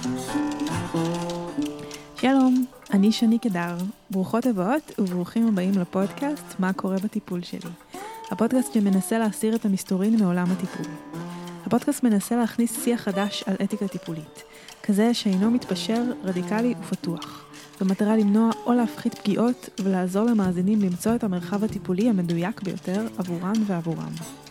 שלום, אני שני קדר. ברוכות הבאות וברוכים הבאים לפודקאסט מה קורה בטיפול שלי. הפודקאסט שמנסה להסיר את המסתורין מעולם הטיפול. הפודקאסט מנסה להכניס שיח חדש על אתיקה טיפולית, כזה שאינו מתפשר, רדיקלי ופתוח, במטרה למנוע או להפחית פגיעות ולעזור למאזינים למצוא את המרחב הטיפולי המדויק ביותר עבורן ועבורם.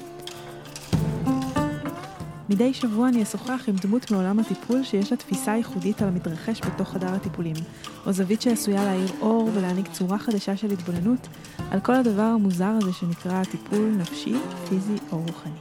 מדי שבוע אני אשוחח עם דמות מעולם הטיפול שיש לה תפיסה ייחודית על המתרחש בתוך חדר הטיפולים, או זווית שעשויה להאיר אור ולהעניק צורה חדשה של התבוננות על כל הדבר המוזר הזה שנקרא טיפול נפשי, פיזי או רוחני.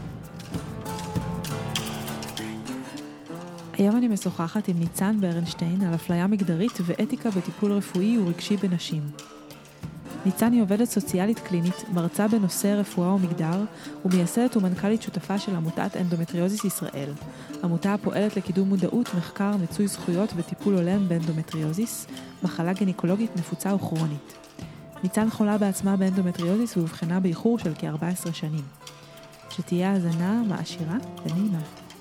היום אני משוחחת עם ניצן ברנשטיין על אפליה מגדרית ואתיקה בטיפול רפואי ורגשי בנשים. ניצן היא עובדת סוציאלית קלינית, מרצה בנושא רפואה ומגדר, ומייסדת ומנכ"לית שותפה של עמותת אנדומטריוזיס ישראל. עמותה הפועלת לקידום מודעות, מחקר, מיצוי זכויות וטיפול הולם באנדומטריוזיס, מחלה גינקולוגית נפוצה וכרונית. ניצן חולה בעצמה באנדומטריוזיס והובחנה באיחור של כ-14 שנים. שתהיה האזנה מעשירה ונעימה.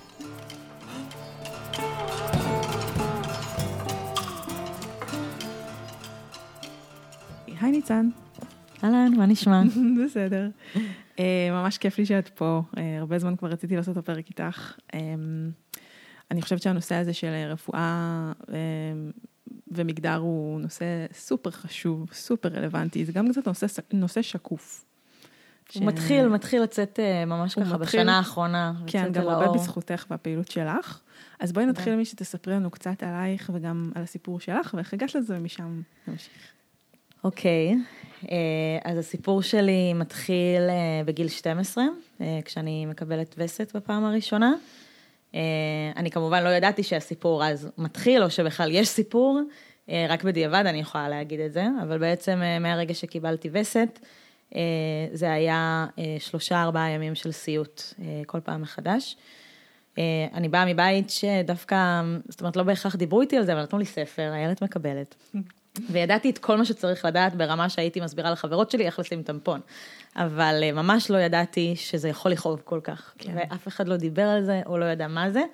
היי ניצן. אהלן, מה נשמע? בסדר. ממש כיף לי שאת פה. הרבה זמן כבר רציתי לעשות את הפרק איתך. אני חושבת שהנושא הזה של רפואה ומגדר הוא נושא סופר חשוב, סופר רלוונטי. זה גם קצת נושא שקוף. הוא מתחיל לצאת ממש ככה בשנה האחרונה. כן, גם הרבה בזכותך והפעילות שלך. אז בואי נתחיל מי שתספרי לנו קצת עלייך וגם על הסיפור שלך, ואיך הגעת לזה ומשם נמשיך. אוקיי, אז הסיפור שלי מתחיל בגיל 12, כשאני מקבלת וסת בפעם הראשונה. אני כמובן לא ידעתי שהסיפור אז מתחיל, או שבכלל יש סיפור, רק בדיעבד אני יכולה להגיד את זה, אבל בעצם מהרגע שקיבלתי וסת, זה היה 3-4 ימים של סיוט כל פעם מחדש. אני באה מבית שדווקא, זאת אומרת לא בהכרח דיברו איתי על זה, אבל נתנו לי ספר, הילד מקבלת. וידעתי את כל מה שצריך לדעת ברמה שהייתי מסבירה לחברות שלי איך לשים טמפון. אבל ממש לא ידעתי שזה יכול לכאוב כל כך. כן. ואף אחד לא דיבר על זה, או לא ידע מה זה.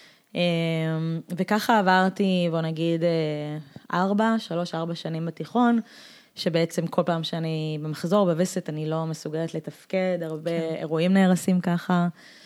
וככה עברתי, בוא נגיד, 3-4 שנים בתיכון, שבעצם כל פעם שאני במחזור, בווסת, אני לא מסוגלת לתפקד, הרבה אירועים נהרסים ככה.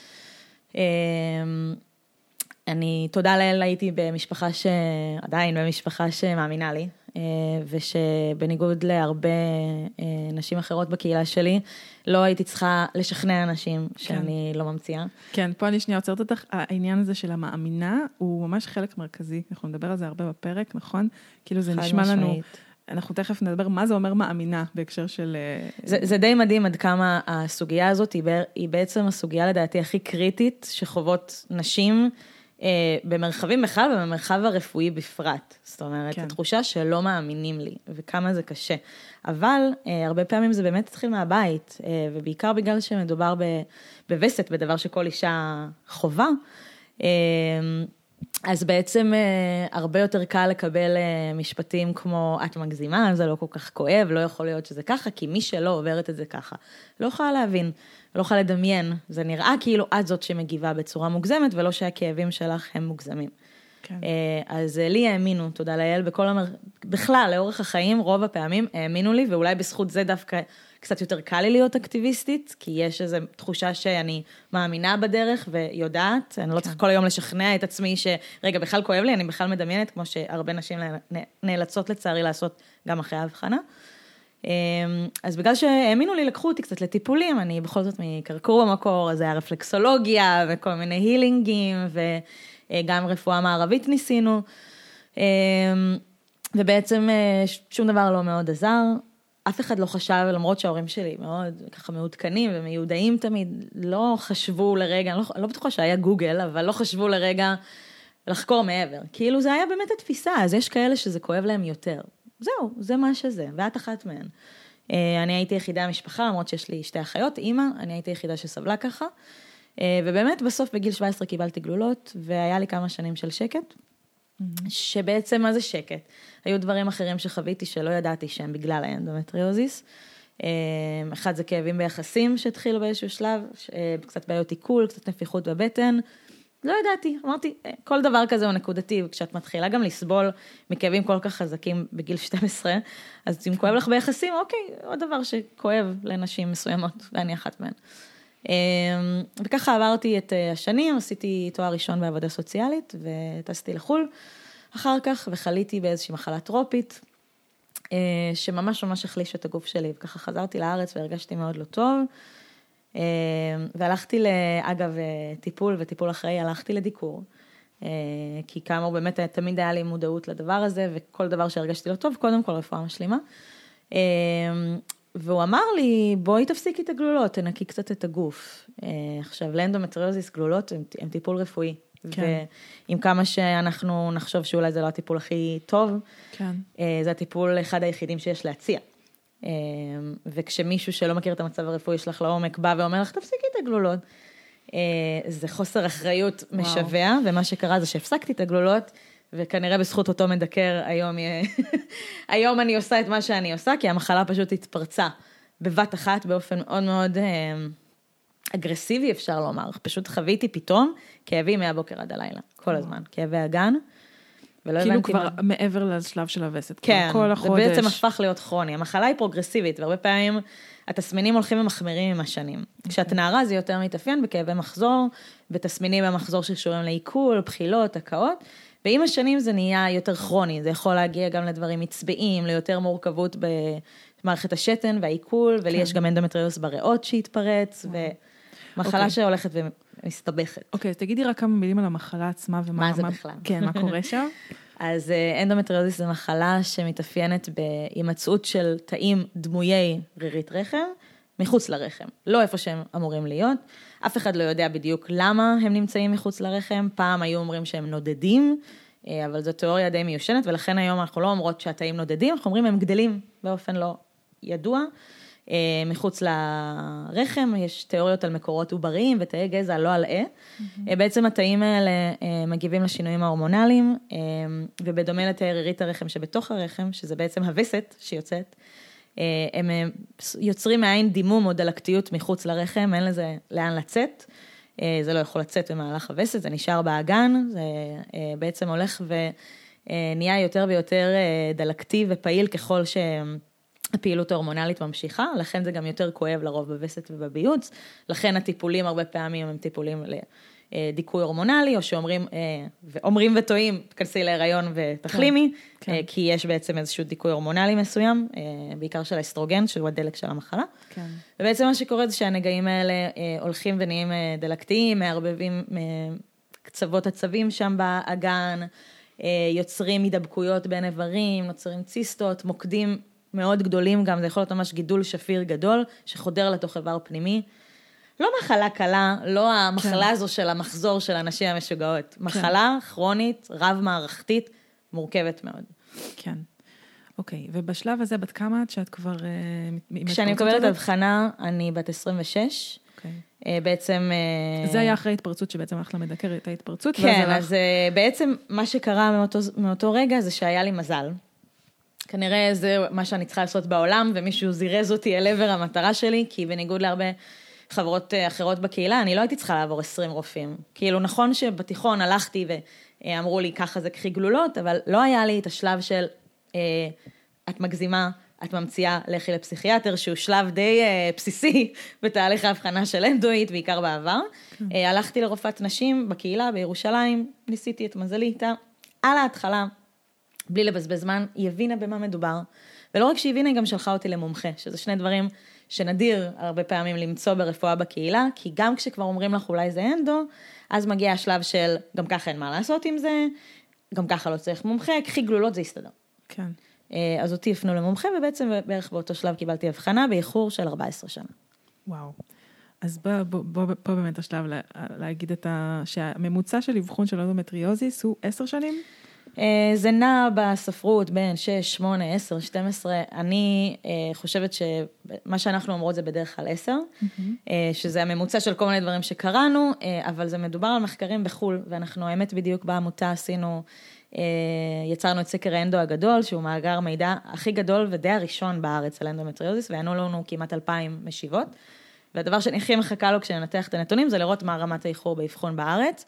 אני, תודה לאל, הייתי במשפחה עדיין במשפחה שמאמינה לי, ושבניגוד להרבה נשים אחרות בקהילה שלי, לא הייתי צריכה לשכנע אנשים שאני לא ממציאה. כן, פה אני שנייה עוצרת אותך, העניין הזה של המאמינה הוא ממש חלק מרכזי, אנחנו נדבר על זה הרבה בפרק, נכון? כאילו זה נשמע לנו, אנחנו תכף נדבר מה זה אומר מאמינה בהקשר של... זה די מדהים עד כמה הסוגיה הזאת היא בעצם הסוגיה לדעתי הכי קריטית שחוות נשים, במרחבים בכלל ובמרחב הרפואי בפרט. זאת אומרת, כן. התחושה שלא מאמינים לי, וכמה זה קשה. אבל הרבה פעמים זה באמת התחיל מהבית, ובעיקר בגלל שמדובר בווסת, בדבר שכל אישה חובה, אז בעצם הרבה יותר קל לקבל משפטים כמו, את מגזימה, זה לא כל כך כואב, לא יכול להיות שזה ככה, כי מי שלא עוברת את זה ככה, לא יכולה להבין, לא יכולה לדמיין, זה נראה כאילו את זאת שמגיבה בצורה מוגזמת, ולא שהכאבים שלך הם מוגזמים. כן. אז לי האמינו, תודה לאל, בכלל, לאורך החיים, רוב הפעמים האמינו לי, ואולי בזכות זה דווקא קצת יותר קל לי להיות אקטיביסטית, כי יש איזו תחושה שאני מאמינה בדרך ויודעת, אני לא צריך כל היום לשכנע את עצמי שרגע, בכלל כואב לי, אני בכלל מדמיינת, כמו שהרבה נשים נאלצות לצערי לעשות גם אחרי ההבחנה. אז בגלל שהאמינו לי, לקחו אותי קצת לטיפולים, אני בכל זאת מקרקור במקור, אז היה רפלקסולוגיה וכל מיני הילינגים, וגם רפואה מערבית ניסינו, ובעצם שום דבר לא מאוד עזר, אף אחד לא חשב, למרות שההורים שלי מאוד ככה מעודכנים ומיודעים תמיד, לא חשבו לרגע, אני לא בטוחה שהיה גוגל, אבל לא חשבו לרגע לחקור מעבר. כאילו זה היה באמת התפיסה, אז יש כאלה שזה כואב להם יותר. זהו, זה מה שזה, ואת אחת מהן. אני הייתי יחידה משפחה, למרות שיש לי 2 אחיות, אמא, אני הייתי יחידה שסבלה ככה, ובאמת בסוף בגיל 17 קיבלתי גלולות, והיה לי כמה שנים של שקט, שבעצם מה זה שקט? היו דברים אחרים שחוויתי שלא ידעתי שהם בגלל האנדומטריוזיס. אחד זה כאבים ביחסים שהתחילו באיזשהו שלב, קצת בעיות עיכול, קצת נפיחות בבטן, לא ידעתי, אמרתי, כל דבר כזה הוא נקודתי, וכשאת מתחילה גם לסבול מכאבים כל כך חזקים בגיל 12, אז אם כואב לך ביחסים, אוקיי, עוד דבר שכואב לנשים מסוימות, ואני אחת מהן. וככה עברתי את השנים, עשיתי תואר ראשון בעבודה סוציאלית, וטסתי לחול אחר כך, וחליתי באיזושהי מחלה טרופית, שממש ממש החליש את הגוף שלי, וככה חזרתי לארץ והרגשתי מאוד לא טוב, והלכתי אגב טיפול וטיפול אחראי, הלכתי לדיקור, כי כאמור באמת תמיד היה לי מודעות לדבר הזה, וכל דבר שהרגשתי לא טוב, קודם כל רפואה משלימה, והוא אמר לי, בואי תפסיקי את הגלולות, תנקי קצת את הגוף. עכשיו, לאנדומטריוזיס גלולות הם טיפול רפואי, כן. ועם כמה שאנחנו נחשוב שאולי זה לא הטיפול הכי טוב, כן. זה הטיפול אחד היחידים שיש להציע. וכשמישהו שלא מכיר את המצב הרפואי ישלח לעומק, בא ואומר לך, תפסיקי את הגלולות. זה חוסר אחריות משווע, ומה שקרה זה שהפסקתי את הגלולות, וכנראה בזכות אותו מדקר היום אני עושה את מה שאני עושה, כי המחלה פשוט התפרצה בבת אחת, באופן מאוד מאוד אגרסיבי אפשר לומר. פשוט חוויתי פתאום כאבים מהבוקר עד הלילה, כל הזמן, כאבי הגן. כאילו כבר מעבר לשלב של הווסת. כן, כל החודש. זה בעצם הפך להיות כרוני. המחלה היא פרוגרסיבית, והרבה פעמים התסמינים הולכים ומחמירים עם השנים. כשאת נערה זה יותר מתאפיין בכאבי מחזור, בתסמינים במחזור שקשורים לעיכול, בחילות, הקאות, ועם השנים זה נהיה יותר כרוני, זה יכול להגיע גם לדברים מצבעים, ליותר מורכבות במערכת השתן והעיכול, ולי יש גם אנדומטריוזיס בריאות שהתפרץ, ומחלה שהולכת ומסתבכת. אוקיי, אז תגידי רק כמה מילים על המחלה עצמה, מה זה בכלל? כן, מה קורה שם? אז אנדומטריוזיס זה מחלה שמתאפיינת בהימצאות של תאים דמויי רירית רחם, מחוץ לרחם, לא איפה שהם אמורים להיות, אף אחד לא יודע בדיוק למה הם נמצאים מחוץ לרחם, פעם היו אומרים שהם נודדים, אבל זו תיאוריה די מיושנת, ולכן היום אנחנו לא אומרות שהתאים נודדים, אנחנו אומרים הם גדלים באופן לא ידוע, מחוץ לרחם, יש תיאוריות על מקורות עובריים ותאי גזע לא אלאה, בעצם התאים האלה מגיבים לשינויים ההורמונליים, ובדומה לתאי רירית הרחם שבתוך הרחם, שזה בעצם הווסת שיוצאת, הם יוצרים מעין דימום או דלקתיות מחוץ לרחם, אין לזה לאן לצאת, זה לא יכול לצאת במהלך הווסת, זה נשאר באגן, זה בעצם הולך ונהיה יותר ויותר דלקתי ופעיל ככל שהפעילות ההורמונלית ממשיכה, לכן זה גם יותר כואב לרוב בווסת ובביוץ, לכן הטיפולים הרבה פעמים הם טיפולים דיכוי הורמונלי, או שאומרים וטועים, תכנסי להיריון ותחלימי, כן. כי יש בעצם איזשהו דיכוי הורמונלי מסוים, בעיקר של האסטרוגן, שהוא הדלק של המחלה. כן. ובעצם מה שקורה זה שהנגעים האלה הולכים ונהיים דלקתיים, מערבבים קצוות עצבים שם באגן, יוצרים הידבקויות בין איברים, נוצרים ציסטות, מוקדים מאוד גדולים גם, זה יכול להיות ממש גידול שפיר גדול, שחודר לתוך איבר פנימי, לא מחלה קלה, לא המחלה הזו של המחזור של אנשים המשוגעות. מחלה כרונית, רב-מערכתית, מורכבת מאוד. כן. אוקיי, ובשלב הזה בת כמה את שאת כבר... כשאני מקבלת הבחנה, אני בת 26. אוקיי. בעצם... זה היה אחרי התפרצות שבעצם הלכת למדקר את ההתפרצות. כן, אז בעצם מה שקרה מאותו רגע זה שהיה לי מזל. כנראה זה מה שאני צריכה לעשות בעולם, ומישהו זירז אותי אל עבר המטרה שלי, כי בניגוד להרבה... חברות אחרות בקהילה, אני לא הייתי צריכה לעבור 20 רופאים. כאילו נכון שבתיכון הלכתי ואמרו לי ככה זה קחי גלולות, אבל לא היה לי את השלב של את מגזימה, את ממציאה לכי לפסיכיאטר, שהוא שלב די בסיסי בתהליך ההבחנה של אנדואית, בעיקר בעבר. הלכתי לרופאת נשים בקהילה בירושלים, ניסיתי את מזלי איתה, על ההתחלה, בלי לבזבז זמן, היא הבינה במה מדובר. ולא רק שהיא הבינה, היא גם שלחה אותי למומחה, שזה שני דברים שנדיר הרבה פעמים למצוא ברפואה בקהילה, כי גם כשכבר אומרים לך אולי זה אנדו, אז מגיע השלב של גם ככה אין מה לעשות עם זה, גם ככה לא צריך מומחה, קחי גלולות זה יסתדר. כן. אז אותי הפנו למומחה, ובעצם בערך באותו שלב קיבלתי הבחנה באיחור של 14 שנה. וואו. אז פה באמת השלב להגיד שהממוצע של אבחון של אנדומטריוזיס הוא 10 שנים? זה נע בספרות בין 6, 8, 10, 12, אני חושבת שמה שאנחנו אומרות זה בדרך כלל 10, שזה הממוצע של כל מיני דברים שקראנו, אבל זה מדובר על מחקרים בחול, ואנחנו האמת בדיוק בעמותה עשינו, יצרנו את סקר האנדו הגדול, שהוא מאגר מידע הכי גדול ודי הראשון בארץ על אנדומטריוזיס, וענו לנו כמעט 2,000 משיבות, והדבר שאני הכי מחכה לו כשננתח את הנתונים, זה לראות מה רמת האיחור באבחון בארץ,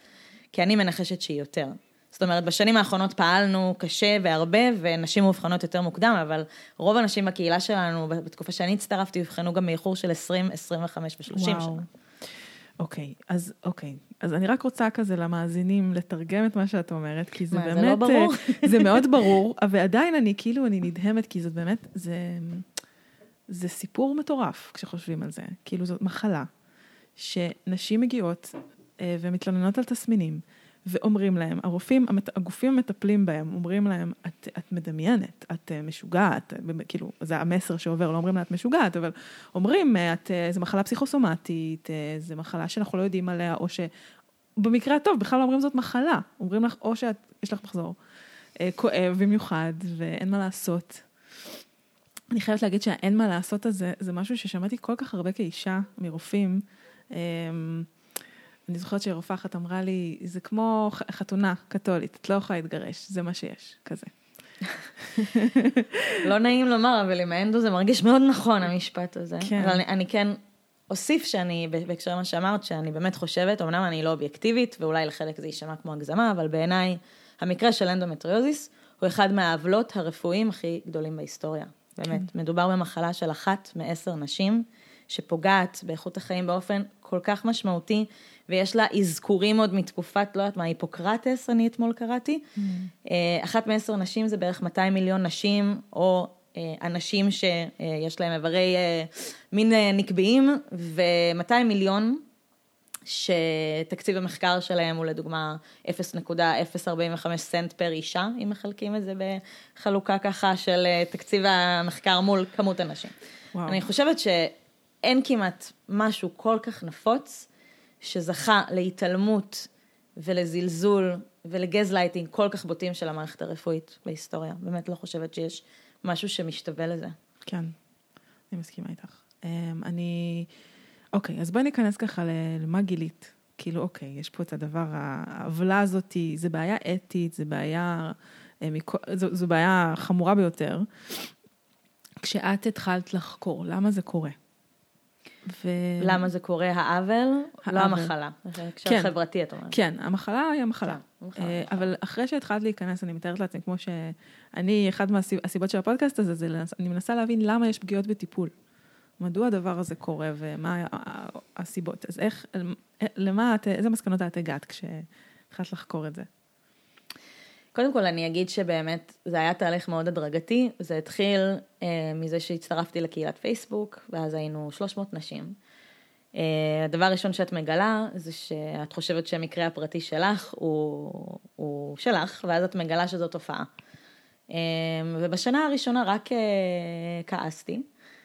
כי אני מנחשת שהיא יותר. זאת אומרת, בשנים האחרונות פעלנו קשה והרבה, ונשים מאובחנות יותר מוקדם, אבל רוב הנשים בקהילה שלנו, בתקופה שאני הצטרפתי, הבחנו גם מאיחור של 20, 25 ו-30 שנה. אוקיי, אז אני רק רוצה כזה למאזינים לתרגם את מה שאת אומרת, כי זה באמת... זה לא ברור? זה מאוד ברור, ועדיין אני נדהמת, כי זאת באמת, זה סיפור מטורף כשחושבים על זה. כאילו זאת מחלה, שנשים מגיעות ומתלוננות על תסמינים, ואומרים להם, הגופים המטפלים בהם, אומרים להם, את מדמיינת, את משוגעת, כאילו, זה המסר שעובר, לא אומרים לה, את משוגעת, אבל אומרים, זו מחלה פסיכוסומטית, זו מחלה שאנחנו לא יודעים עליה, או שבמקרה הטוב, בכלל לא אומרים זאת מחלה, אומרים לך, או שיש לך מחזור, כואב במיוחד, ואין מה לעשות. אני חייבת להגיד שהאין מה לעשות הזה, זה משהו ששמעתי כל כך הרבה כאישה מרופאים, אני זוכרת שרופאה אחת אמרה לי, זה כמו חתונה קתולית, את לא יכולה להתגרש, זה מה שיש, כזה. לא נעים לומר, אבל עם האנדו זה מרגיש מאוד נכון, המשפט הזה. כן. אבל אני כן אוסיף שאני, בהקשר למה שאמרת, שאני באמת חושבת, אמנם אני לא אובייקטיבית, ואולי לחלק זה יישמע כמו הגזמה, אבל בעיניי, המקרה של אנדומטריוזיס, הוא אחד מהעוולות הרפואיים הכי גדולים בהיסטוריה. באמת, מדובר במחלה של 1 מ-10 נשים, שפוגעת באיכות החיים באופן כל כך משמעותי, ויש לה אזכורים עוד מתקופת, לא יודעת מה, היפוקרטס, אני אתמול קראתי. 1 מ-10 נשים זה בערך 200 מיליון נשים, או אנשים שיש להם איברי מין נקביים, ו200 מיליון שתקציב המחקר שלהם הוא לדוגמה 0.045 סנט פר אישה, אם מחלקים את זה בחלוקה ככה של תקציב המחקר מול כמות אנשים. וואו. אני חושבת שאין כמעט משהו כל כך נפוץ, שזכה להתעלמות ולזלזול ולגזלייטינג כל כך בוטים של המערכת הרפואית בהיסטוריה. באמת לא חושבת שיש משהו שמשתווה לזה. כן, אני מסכימה איתך. אוקיי, אז בואי ניכנס ככה למה גילית. כאילו, אוקיי, יש פה את הדבר, העוולה הזאת, זה בעיה אתית, זו בעיה חמורה ביותר. כשאת התחלת לחקור, למה זה קורה? למה זה קורה? העוול, לא המחלה. כשהחברתי, את אומרת. כן, המחלה היא המחלה. אבל אחרי שהתחלת להיכנס, אני מתארת לעצמי, כמו שאני, אחד מהסיבות של הפודקאסט הזה, אני מנסה להבין למה יש פגיעות בטיפול. מדוע הדבר הזה קורה ומה הסיבות? אז איזה מסקנות את הגעת כשהתחלת לחקור את זה? קודם כל אני אגיד שבאמת זה היה תהליך מאוד הדרגתי, זה התחיל מזה שהצטרפתי לקהילת פייסבוק, ואז היינו 300 נשים. הדבר הראשון שאת מגלה זה שאת חושבת שהמקרה הפרטי שלך הוא שלך, ואז את מגלה שזו תופעה. ובשנה הראשונה רק כעסתי,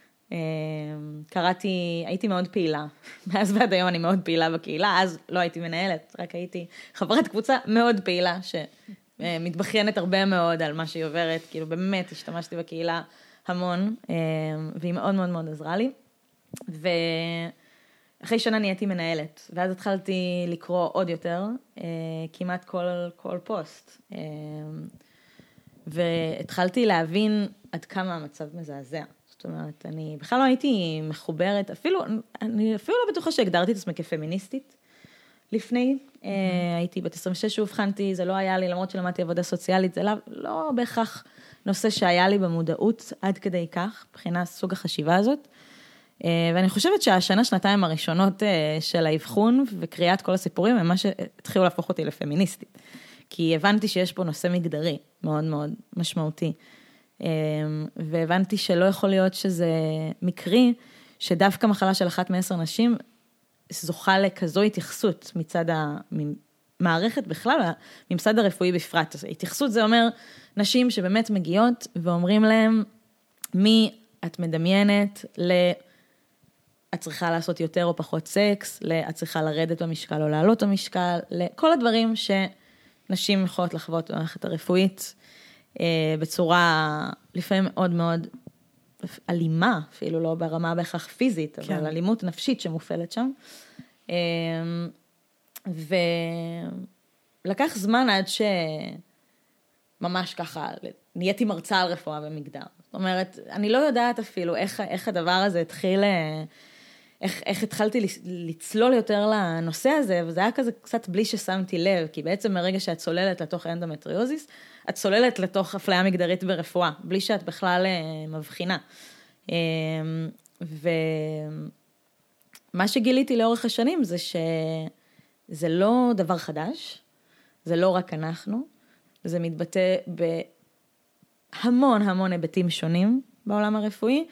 הייתי מאוד פעילה, מאז ועד היום אני מאוד פעילה בקהילה, אז לא הייתי מנהלת, רק הייתי חברת קבוצה מאוד פעילה, שמתבחיינת הרבה מאוד על מה שהיא עוברת, כאילו באמת השתמשתי בקהילה המון, והיא מאוד מאוד מאוד עזרה לי, ואחרי שנה נהייתי מנהלת, ואז התחלתי לקרוא עוד יותר, כמעט כל פוסט, והתחלתי להבין עד כמה המצב מזעזע. זאת אומרת, אני בכלל לא הייתי מחוברת, אני אפילו לא בטוחה שהגדרתי את עצמי כפמיניסטית לפני, הייתי בת 26 שהובחנתי, זה לא היה לי, למרות שלמדתי עבודה סוציאלית, זה לא בהכרח נושא שהיה לי במודעות עד כדי כך, מבחינת סוג החשיבה הזאת, ואני חושבת שנתיים הראשונות של האבחון וקריאת כל הסיפורים, הם מה שהתחילו להפוך אותי לפמיניסטית, כי הבנתי שיש פה נושא מגדרי מאוד מאוד משמעותי, והבנתי שלא יכול להיות שזה מקרי, שדווקא מחלה של 1 מ-10 נשים זוכה לכזו התייחסות מצד המערכת בכלל, ממסד הרפואי בפרט. התייחסות זה אומר נשים שבאמת מגיעות ואומרים להם, מי את מדמיינת את צריכה לעשות יותר או פחות סקס, את צריכה לרדת במשקל או לעלות במשקל, לכל הדברים שנשים יכולות לחוות במערכת הרפואית, בצורה לפעמים מאוד מאוד אלימה, אפילו לא ברמה בהכרח פיזית, כן. אבל אלימות נפשית שמופעלת שם. ולקח זמן עד שממש ככה, נהייתי מרצה על רפואה ומגדר. זאת אומרת, אני לא יודעת אפילו איך הדבר הזה התחיל, איך התחלתי לצלול יותר לנושא הזה, וזה היה כזה קצת בלי ששמתי לב, כי בעצם מרגע שאת צוללת לתוך אנדומטריוזיס, את צוללת לתוך אפליה מגדרית ברפואה, בלי שאת בכלל מבחינה. ומה שגיליתי לאורך השנים זה שזה לא דבר חדש, זה לא רק אנחנו, זה מתבטא בהמון המון היבטים שונים בעולם הרפואי,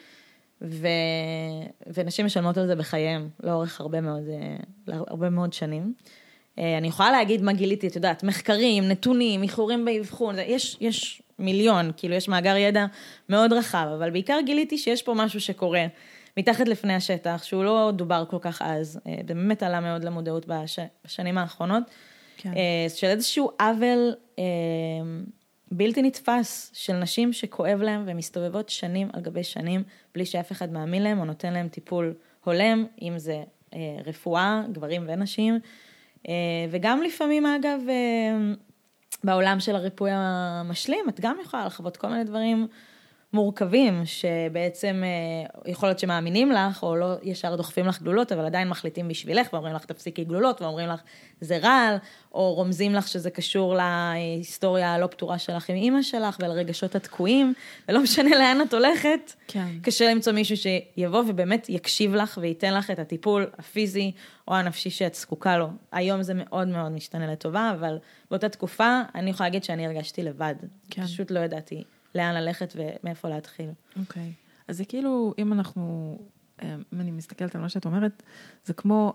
ונשים משלמות על זה בחייהם, לאורך הרבה מאוד שנים. אני יכולה להגיד מה גיליתי, את יודעת, מחקרים, נתונים, איחורים באבחון, יש מיליון, כאילו יש מאגר ידע מאוד רחב, אבל בעיקר גיליתי שיש פה משהו שקורה מתחת לפני השטח, שהוא לא דובר כל כך אז, באמת עלה מאוד למודעות בשנים האחרונות, כן. של איזשהו עוול בלתי נתפס של נשים שכואב להם ומסתובבות שנים על גבי שנים, בלי שאף אחד מאמין להם או נותן להם טיפול הולם, אם זה רפואה, גברים ונשים, וגם לפעמים אגב, בעולם של הריפוי המשלים, את גם יכולה לחוות כל מיני דברים מורכבים, שבעצם יכול להיות שמאמינים לך, או לא ישר דוחפים לך גלולות, אבל עדיין מחליטים בשבילך, ואומרים לך תפסיקי גלולות, ואומרים לך זה רעל, או רומזים לך שזה קשור להיסטוריה הלא פתורה שלך עם אמא שלך, ולרגשות התקועים, ולא משנה לאן את הולכת, כן. קשה למצוא מישהו שיבוא ובאמת יקשיב לך, וייתן לך את הטיפול הפיזי, או הנפשי שאת זקוקה לו. היום זה מאוד מאוד משתנה לטובה, אבל באותה תקופה אני יכולה להגיד שאני הרגשתי לבד. כן. פשוט לא ידעתי לאן ללכת ומאיפה להתחיל. אוקיי. אז זה כאילו, אם אני מסתכלת על מה שאת אומרת, זה כמו,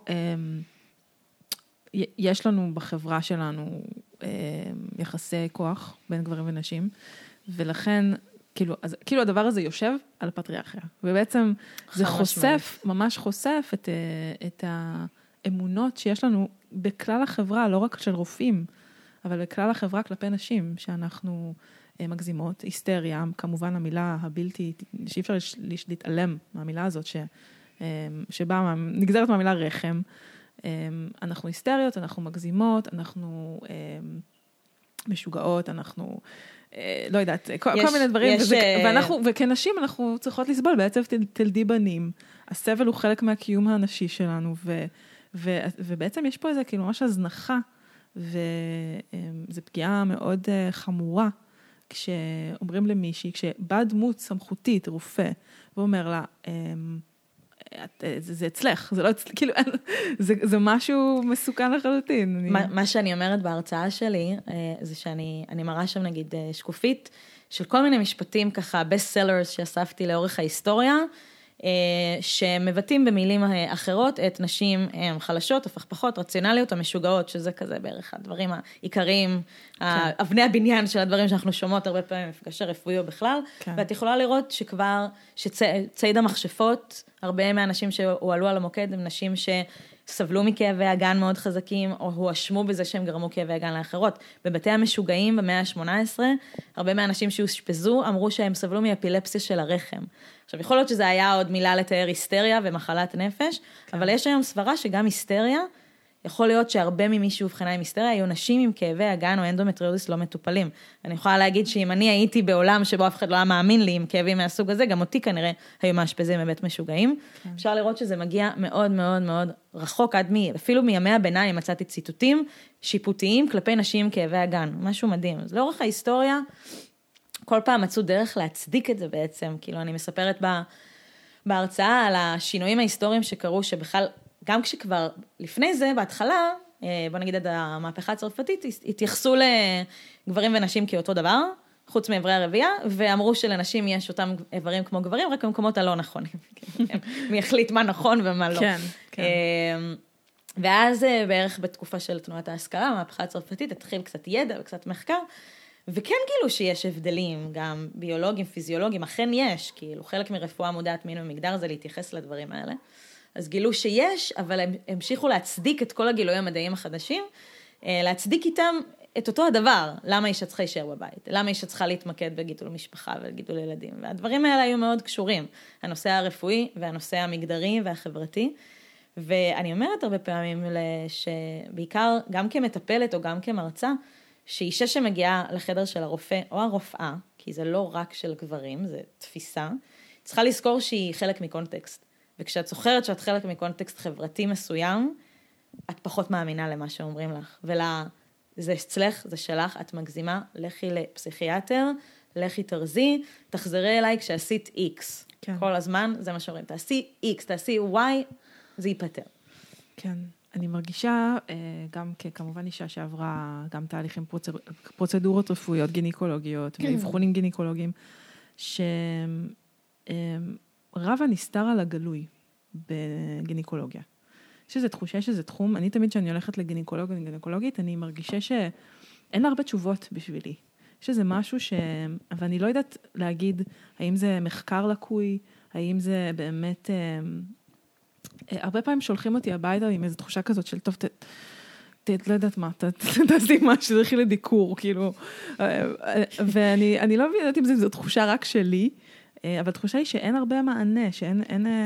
יש לנו בחברה שלנו יחסי כוח בין גברים ונשים, ולכן, כאילו הדבר הזה יושב על הפטריארכיה, ובעצם זה חושף, ממש חושף את האמונות שיש לנו בכלל החברה, לא רק של רופאים, אבל בכלל החברה כלפי נשים, שאנחנו מגזימות, היסטריה, כמובן המילה הבלתי, שאי אפשר להתעלם מהמילה הזאת, שבאה, נגזרת מהמילה רחם, אנחנו היסטריות, אנחנו מגזימות, אנחנו משוגעות, אנחנו, לא יודעת, כל מיני דברים, וכנשים אנחנו צריכות לסבול, בעצם תלדי בנים, הסבל הוא חלק מהקיום האנשי שלנו, ובעצם יש פה איזה כאילו ממש הזנחה, וזו פגיעה מאוד חמורה, כשאומרים למישהי, כשבא דמות סמכותית, רופא, ואומר לה, זה אצלך, זה לא אצלך, כאילו, זה משהו מסוכן לחלוטין. מה שאני אומרת בהרצאה שלי, זה שאני מראה שם נגיד שקופית, של כל מיני משפטים ככה, best sellers שאספתי לאורך ההיסטוריה, שמבטאים במילים אחרות את נשים חלשות, הפכפכות, רציונליות, המשוגעות, שזה כזה בערך הדברים העיקריים, אבני הבניין של הדברים שאנחנו שומעות הרבה פעמים, מפגשי רפואי או בכלל, ואת יכולה לראות שכבר, שצייד המכשפות, הרבה מהאנשים שהועלו על המוקד, הם נשים שסבלו מכאבי אגן מאוד חזקים, או הואשמו בזה שהם גרמו כאבי אגן לאחרות. בבתי המשוגעים במאה ה-18, הרבה מהאנשים שהושפזו אמרו שהם סבלו מאפילפסיה של הרחם. עכשיו, יכול להיות שזה היה עוד מילה לתאר היסטריה ומחלת נפש, כן. אבל יש היום סברה שגם היסטריה, יכול להיות שהרבה ממי שהובחנה עם היסטריה, היו נשים עם כאבי אגן או אנדומטריוזיס לא מטופלים. אני יכולה להגיד שאם אני הייתי בעולם שבו אף אחד לא היה מאמין לי עם כאבים מהסוג הזה, גם אותי כנראה היו מאשפזים בבית משוגעים. כן. אפשר לראות שזה מגיע מאוד מאוד מאוד רחוק, אפילו מימי הביניים מצאתי ציטוטים שיפוטיים כלפי נשים עם כאבי אגן. משהו מדהים. אז לאורך ההיסטוריה, כל פעם מצאו דרך להצדיק את זה בעצם, כאילו אני מספרת בהרצאה על השינויים ההיסטוריים שקרו, שבכלל, גם כשכבר לפני זה, בהתחלה, בוא נגיד את המהפכה הצרפתית, התייחסו לגברים ונשים כאותו דבר, חוץ מאיברי הרבייה, ואמרו שלנשים יש אותם איברים כמו גברים, רק במקומות הלא נכונים. מי החליט מה נכון ומה לא. כן, כן. ואז בערך בתקופה של תנועת ההשכלה, המהפכה הצרפתית, התחיל קצת ידע וקצת מחקר, וכן גילו שיש הבדלים, גם ביולוגיים, פיזיולוגיים, אכן יש, כאילו חלק מרפואה מודעת מין ומגדר זה להתייחס לדברים האלה. אז גילו שיש, אבל הם המשיכו להצדיק את כל הגילויים המדעיים החדשים, להצדיק איתם את אותו הדבר, למה אישה צריכה להישאר בבית, למה אישה צריכה להתמקד בגידול משפחה וגידול ילדים, והדברים האלה היו מאוד קשורים, הנושא הרפואי והנושא המגדרי והחברתי, ואני אומרת הרבה פעמים שבעיקר גם כמטפלת או גם כמרצה, שאישה שמגיעה לחדר של הרופא או הרופאה, כי זה לא רק של גברים, זה תפיסה, צריכה לזכור שהיא חלק מקונטקסט. וכשאת זוכרת שאת חלק מקונטקסט חברתי מסוים, את פחות מאמינה למה שאומרים לך, זה אצלך, זה שלך, את מגזימה, לכי לפסיכיאטר, לכי תרזי, תחזרי אליי כשעשית X. כן. כל הזמן, זה מה שאומרים, תעשי X, תעשי Y, זה ייפטר. כן, אני מרגישה, גם כמובן אישה שעברה גם תהליכים פרוצדורות רפואיות, גינקולוגיות, ואבחונים גינקולוגיים, שרב הנסתר על הגלוי בגינקולוגיה. יש איזו תחושה, יש איזה תחום, אני תמיד שאני הולכת לגינקולוגית, אני מרגישה שאין לה הרבה תשובות בשבילי. יש איזה משהו אבל אני לא יודעת להגיד, האם זה מחקר לקוי, האם זה באמת, הרבה פעמים שולחים אותי הביתה עם איזו תחושה כזאת של טוב, לא יודעת מה, תעשי משהו, תלכי לדיקור, כאילו, ואני לא יודעת אם זו תחושה רק שלי, אבל תחושה היא שאין הרבה מענה, שאין,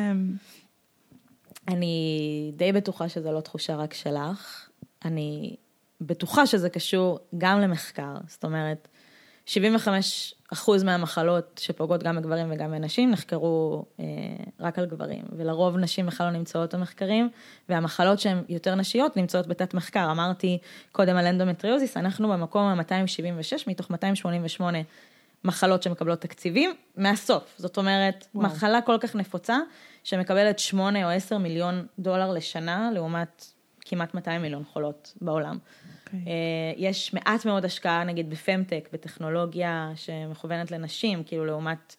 אני די בטוחה שזה לא תחושה רק שלך, אני בטוחה שזה קשור גם למחקר, זאת אומרת, 75% מהמחלות שפוגעות גם בגברים וגם בנשים נחקרו רק על גברים, ולרוב נשים בכלל לא נמצאות במחקרים, והמחלות שהן יותר נשיות נמצאות בתת מחקר. אמרתי קודם על אנדומטריוזיס, אנחנו במקום ה-276 מתוך 288 מחלות שמקבלות תקציבים מהסוף. זאת אומרת, מחלה כל כך נפוצה, שמקבלת 8 או 10 מיליון דולר לשנה, לעומת כמעט 200 מיליון חולות בעולם. יש מעט מאוד השקעה, נגיד בפמטק, בטכנולוגיה שמכוונת לנשים, כאילו לעומת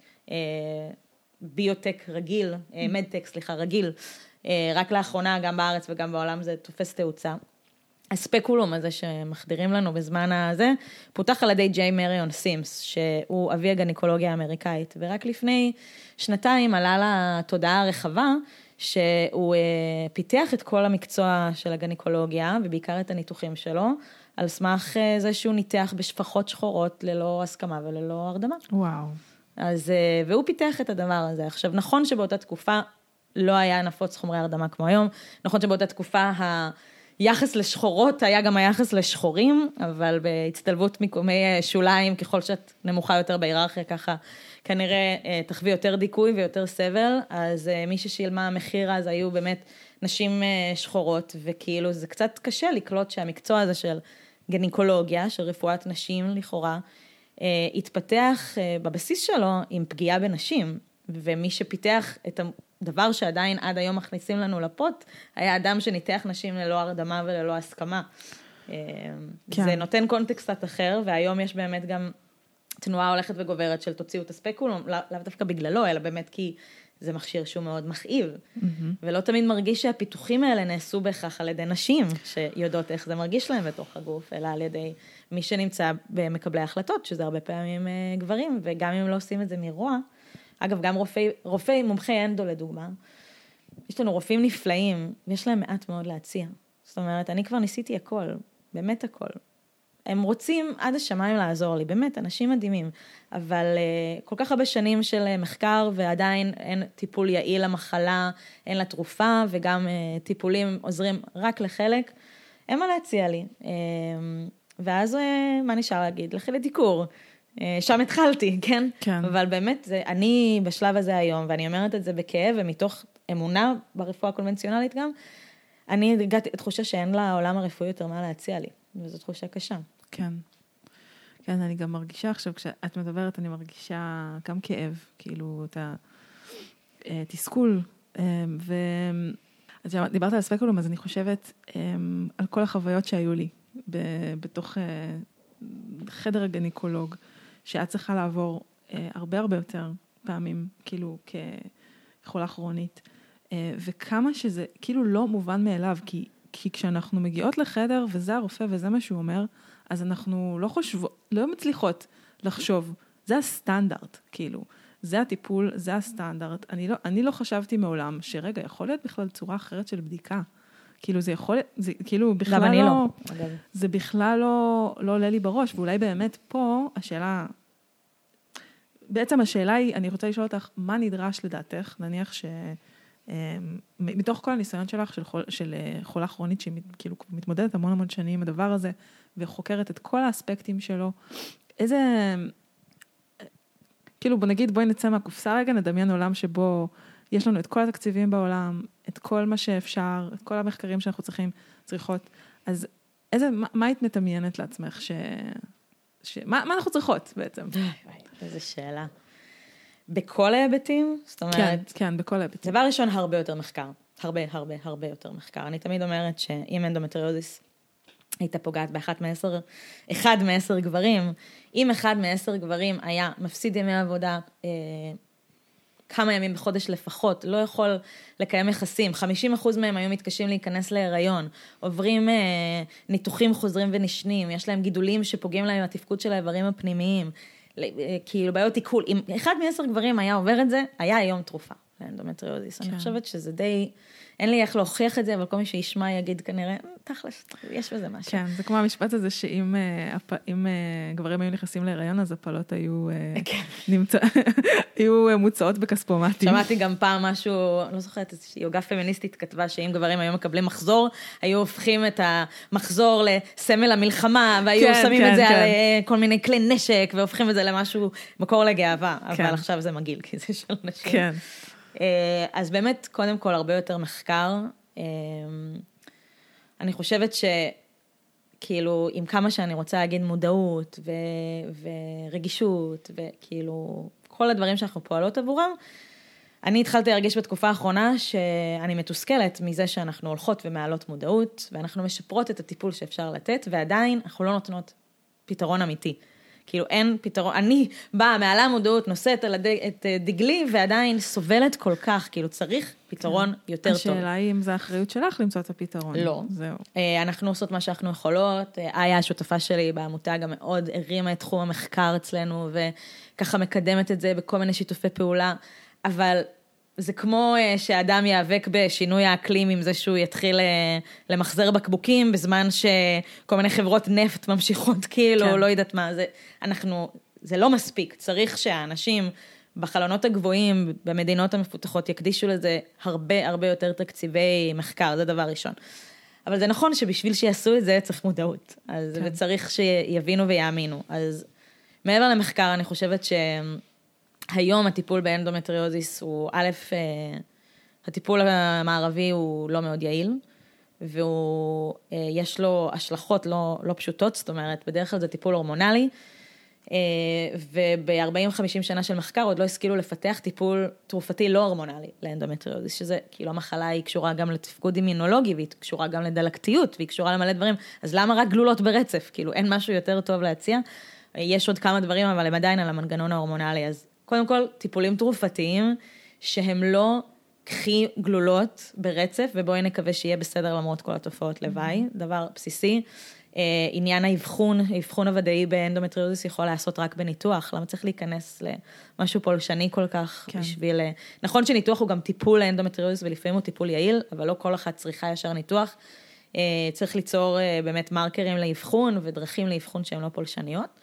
ביוטק רגיל, מדטק, סליחה, רגיל. רק לאחרונה, גם בארץ וגם בעולם, זה תופס תאוצה. הספקולום הזה שמחדירים לנו בזמן הזה, פותח על ידי ג'יי מריון סימס, שהוא אבי הגניקולוגיה האמריקאית, ורק לפני 2 עלה לתודעה הרחבה, שהוא פיתח את כל המקצוע של הגניקולוגיה, ובעיקר את הניתוחים שלו, על סמך זה שהוא ניתח בשפחות שחורות ללא הסכמה וללא הרדמה. וואו. אז, והוא פיתח את הדבר הזה. עכשיו, נכון שבאותה תקופה לא היה נפוץ חומרי הרדמה כמו היום, נכון שבאותה תקופה היחס לשחורות היה גם היחס לשחורים, אבל בהצטלבות מיקומי שוליים, ככל שאת נמוכה יותר בהיררכיה ככה, כנראה תחווי יותר דיכוי ויותר סבל, אז מי ששילמה המחיר אז היו באמת נשים שחורות, וכאילו זה קצת קשה לקלוט שהמקצוע הזה של גניקולוגיה, של רפואת נשים לכאורה, התפתח בבסיס שלו עם פגיעה בנשים, ומי שפיתח את הדבר שעדיין עד היום מכניסים לנו לפות, היה אדם שניתח נשים ללא הרדמה וללא הסכמה. כן. זה נותן קונטקסט קצת אחר, והיום יש באמת גם תנועה הולכת וגוברת של תוציאו את הספקולום, לאו דווקא בגללו, אלא באמת כי זה מכשיר שהוא מאוד מכאיב, ולא תמיד מרגיש שהפיתוחים האלה נעשו בכך על ידי נשים, שיודעות איך זה מרגיש להם בתוך הגוף, אלא על ידי מי שנמצא במקבלי ההחלטות, שזה הרבה פעמים גברים, וגם אם לא עושים את זה מרוע, אגב, גם רופאי מומחי אנדו לדוגמה, יש לנו רופאים נפלאים, ויש להם מעט מאוד להציע. זאת אומרת, אני כבר ניסיתי הכל, באמת הכל. הם רוצים עד השמיים לעזור לי, באמת, אנשים מדהימים, אבל כל כך הרבה שנים של מחקר, ועדיין אין טיפול יעיל למחלה, אין לה תרופה, וגם טיפולים עוזרים רק לחלק, אין מה להציע לי. ואז מה נשאר להגיד? לכי לדיקור. שם התחלתי, כן? כן. אבל באמת, אני בשלב הזה היום, ואני אומרת את זה בכאב, ומתוך אמונה ברפואה הקונבנציונלית גם, אני הגעתי תחושה שאין לעולם הרפואי יותר מה להציע לי, וזו תחושה קשה. כן. כן, אני גם מרגישה עכשיו, כשאת מדברת, אני מרגישה גם כאב, כאילו, את התסכול, אז דיברת על ספקולום, אז אני חושבת על כל החוויות שהיו לי, בתוך חדר הגניקולוג, שאת צריכה לעבור הרבה יותר פעמים, כאילו, כחולה כרונית, וכמה שזה כאילו לא מובן מאליו, כי כשאנחנו מגיעות לחדר, וזה הרופא וזה מה שהוא אומר, אז אנחנו לא מצליחות לחשוב, זה הסטנדרט, כאילו, זה הטיפול, זה הסטנדרט. אני לא חשבתי מעולם שרגע, יכול להיות בכלל צורה אחרת של בדיקה. כאילו זה יכול, זה כאילו בכלל לא, זה בכלל לא עולה לי בראש, ואולי באמת פה השאלה, בעצם השאלה היא, אני רוצה לשאול אותך, מה נדרש לדעתך, נניח מתוך כל הניסיון שלך של חולה כרונית, שהיא כאילו מתמודדת המון שנים עם הדבר הזה, וחוקרת את כל האספקטים שלו, כאילו בוא נגיד, בואי נצא מהקופסה רגע, נדמיין עולם שבו יש לנו את כל התקציבים בעולם, את כל מה שאפשר, את כל המחקרים שאנחנו צריכות, אז מה היית מתמיינת לעצמך מה אנחנו צריכות בעצם? איזו שאלה. בכל ההיבטים? זאת אומרת... כן, בכל ההיבטים. דבר ראשון, הרבה יותר מחקר. הרבה יותר מחקר. אני תמיד אומרת שאם אנדומטריוזיס הייתה פוגעת אחד מ10 גברים, אם אחד מ10 גברים היה מפסיד ימי עבודה, כמה ימים בחודש לפחות, לא יכול לקיים יחסים, 50% מהם היו מתקשים להיכנס להיריון, עוברים ניתוחים חוזרים ונשנים, יש להם גידולים שפוגעים להם התפקוד של האיברים הפנימיים, כאילו בעיות עיכול, אם אחד מ10 גברים היה עובר את זה, היה היום תרופה לאנדומטריוזיס. אני חושבת שזה די, אין לי איך להוכיח את זה, אבל כל מי שישמע יגיד כנראה, תכלס, יש בזה משהו. כן, זה כמו המשפט הזה שאם גברים היו נכנסים להיריון, אז הפלות היו מוצאות בכספומטים. שמעתי גם פעם משהו, לא זוכרת, איזושהי יוגה פמיניסטית כתבה שאם גברים היו מקבלים מחזור, היו הופכים את המחזור לסמל המלחמה, והיו שמים את זה על כל מיני כלי נשק, והופכים את זה למשהו מקור לגאווה, אבל עכשיו זה מגעיל, כי זה של נשים. כן. אז באמת, קודם כל, הרבה יותר מחקר. אני חושבת שכאילו, עם כמה שאני רוצה להגיד מודעות ורגישות, וכאילו, כל הדברים שאנחנו פועלות עבורם, אני התחלתי להרגיש בתקופה האחרונה שאני מתוסכלת מזה שאנחנו הולכות ומעלות מודעות, ואנחנו משפרות את הטיפול שאפשר לתת, ועדיין אנחנו לא נותנות פתרון אמיתי. כאילו אין פתרון, אני באה מעלה מודעות, נושאת את דגלי, ועדיין סובלת כל כך, כאילו צריך פתרון יותר טוב. השאלה היא אם זה האחריות שלך למצוא את הפתרון. לא. זהו. אנחנו עושות מה שאנחנו יכולות, איה השותפה שלי בעמותה גם מאוד הרימה את תחום המחקר אצלנו, וככה מקדמת את זה בכל מיני שיתופי פעולה, אבל זה כמו שאדם יאבק בשינוי האקלים עם זה שהוא יתחיל למחזר בקבוקים, בזמן שכל מיני חברות נפט ממשיכות כאילו, כן. לא יודעת מה, זה לא מספיק. צריך שהאנשים בחלונות הגבוהים, במדינות המפותחות, יקדישו לזה הרבה יותר תקציבי מחקר, זה דבר ראשון. אבל זה נכון שבשביל שיעשו את זה צריך מודעות, אז כן. וצריך שיבינו ויאמינו. אז מעבר למחקר, אני חושבת היום הטיפול באנדומטריוזיס הוא, הטיפול המערבי הוא לא מאוד יעיל, ויש לו השלכות לא פשוטות, זאת אומרת, בדרך כלל זה טיפול הורמונלי, וב-40-50 שנה של מחקר עוד לא השכילו לפתח טיפול תרופתי לא הורמונלי לאנדומטריוזיס, שזה כאילו המחלה היא קשורה גם לתפקוד אימונולוגי, והיא קשורה גם לדלקתיות, והיא קשורה למלא דברים, אז למה רק גלולות ברצף? כאילו אין משהו יותר טוב להציע, יש עוד כמה דברים, אבל הם עדיין על המנגנון ההורמונלי, אז קודם כל, טיפולים תרופתיים, שהם לא קחי גלולות ברצף, ובואי נקווה שיהיה בסדר למרות כל התופעות לוואי, דבר בסיסי. עניין האבחון הוודאי באנדומטריוזיס יכול לעשות רק בניתוח, למה צריך להיכנס למשהו פולשני כל כך בשביל... נכון שניתוח הוא גם טיפול לאנדומטריוזיס, ולפעמים הוא טיפול יעיל, אבל לא כל אחת צריכה ישר ניתוח. צריך ליצור באמת מרקרים לאבחון, ודרכים לאבחון שהן לא פולשניות.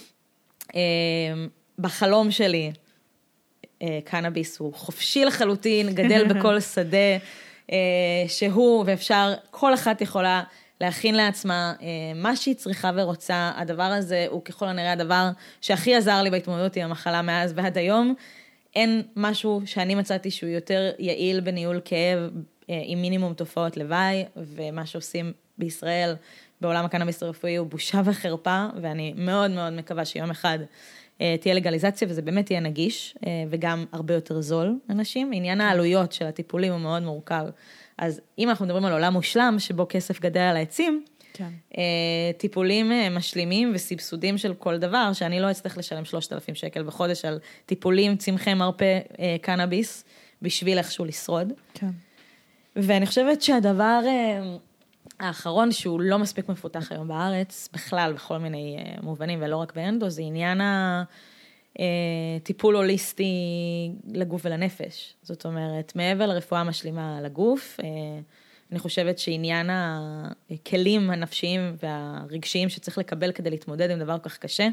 בחלום שלי, קנאביס הוא חופשי לחלוטין, גדל בכל שדה, שהוא ואפשר, כל אחת יכולה להכין לעצמה מה שהיא צריכה ורוצה. הדבר הזה הוא ככל הנראה הדבר שהכי עזר לי בהתמודדות עם המחלה מאז ועד היום. אין משהו שאני מצאתי שהוא יותר יעיל בניהול כאב עם מינימום תופעות לוואי, ומה שעושים בישראל בעולם הקנאביס הרפואי הוא בושה וחרפה, ואני מאוד מאוד מקווה שיום אחד תהיה לגליזציה, וזה באמת יהיה נגיש, וגם הרבה יותר זול אנשים. עניין העלויות של הטיפולים הוא מאוד מורכב. אז אם אנחנו מדברים על עולם מושלם, שבו כסף גדל על העצים, כן. טיפולים משלימים וסבסודים של כל דבר, שאני לא אצטרך לשלם 3,000 שקל בחודש על טיפולים, צמחי מרפא, קנאביס, בשביל איכשהו לשרוד. כן. ואני חושבת שהדבר האחרון, שהוא לא מספיק מפותח היום בארץ, בכלל, בכל מיני מובנים, ולא רק באנדו, זה עניין הטיפול הוליסטי לגוף ולנפש. זאת אומרת, מעבר לרפואה המשלימה לגוף, אני חושבת שעניין הכלים הנפשיים והרגשיים שצריך לקבל כדי להתמודד עם דבר כל כך קשה,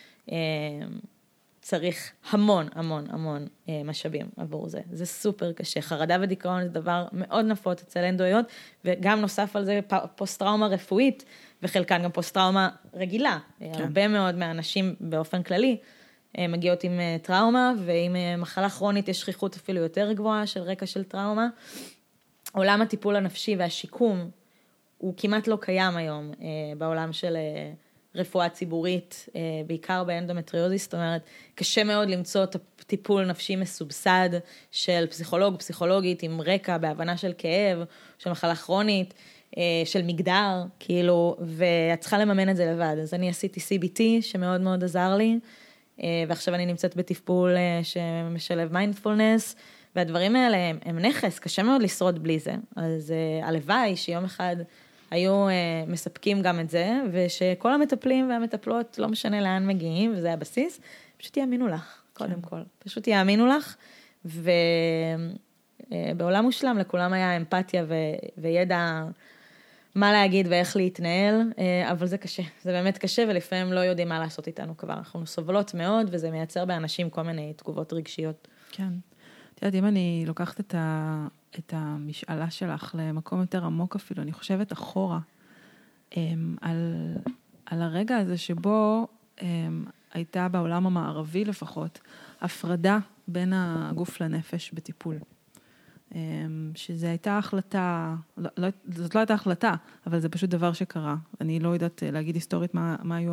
צריך המון משאבים עבור זה. זה סופר קשה. חרדה ודיכאון זה דבר מאוד נפוץ אצל אנדואיות, וגם נוסף על זה פוסט-טראומה רפואית, וחלקן גם פוסט-טראומה רגילה. כן. הרבה מאוד מהאנשים באופן כללי מגיעות עם טראומה, ועם מחלה כרונית יש שכיחות אפילו יותר גבוהה של רקע של טראומה. עולם הטיפול הנפשי והשיקום הוא כמעט לא קיים היום בעולם של רפואה ציבורית, בעיקר באנדומטריוזיס, זאת אומרת, קשה מאוד למצוא טיפול נפשי מסובסד של פסיכולוג, פסיכולוגית עם רקע בהבנה של כאב, של מחלה כרונית, של מגדר, כאילו, ואת צריכה לממן את זה לבד. אז אני עשיתי CBT שמאוד מאוד עזר לי, ועכשיו אני נמצאת בטיפול שמשלב מיינדפולנס, והדברים האלה הם נכס, קשה מאוד לשרוד בלי זה. אז הלוואי שיום אחד היו מספקים גם את זה, ושכל המטפלים והמטפלות, לא משנה לאן מגיעים, וזה הבסיס, פשוט יאמינו לך, קודם כל. פשוט יאמינו לך, ובעולם מושלם לכולם היה אמפתיה וידע מה להגיד ואיך להתנהל, אבל זה קשה, זה באמת קשה, ולפעמים לא יודעים מה לעשות איתנו כבר. אנחנו סובלות מאוד, וזה מייצר באנשים כל מיני תגובות רגשיות. כן. את יודעת, אם אני לוקחת את המשאלה שלך למקום יותר עמוק אפילו, אני חושבת אחורה, על הרגע הזה שבו הייתה בעולם המערבי לפחות, הפרדה בין הגוף לנפש בטיפול. שזו הייתה החלטה, זאת לא הייתה החלטה, אבל זה פשוט דבר שקרה. אני לא יודעת להגיד היסטורית מה היו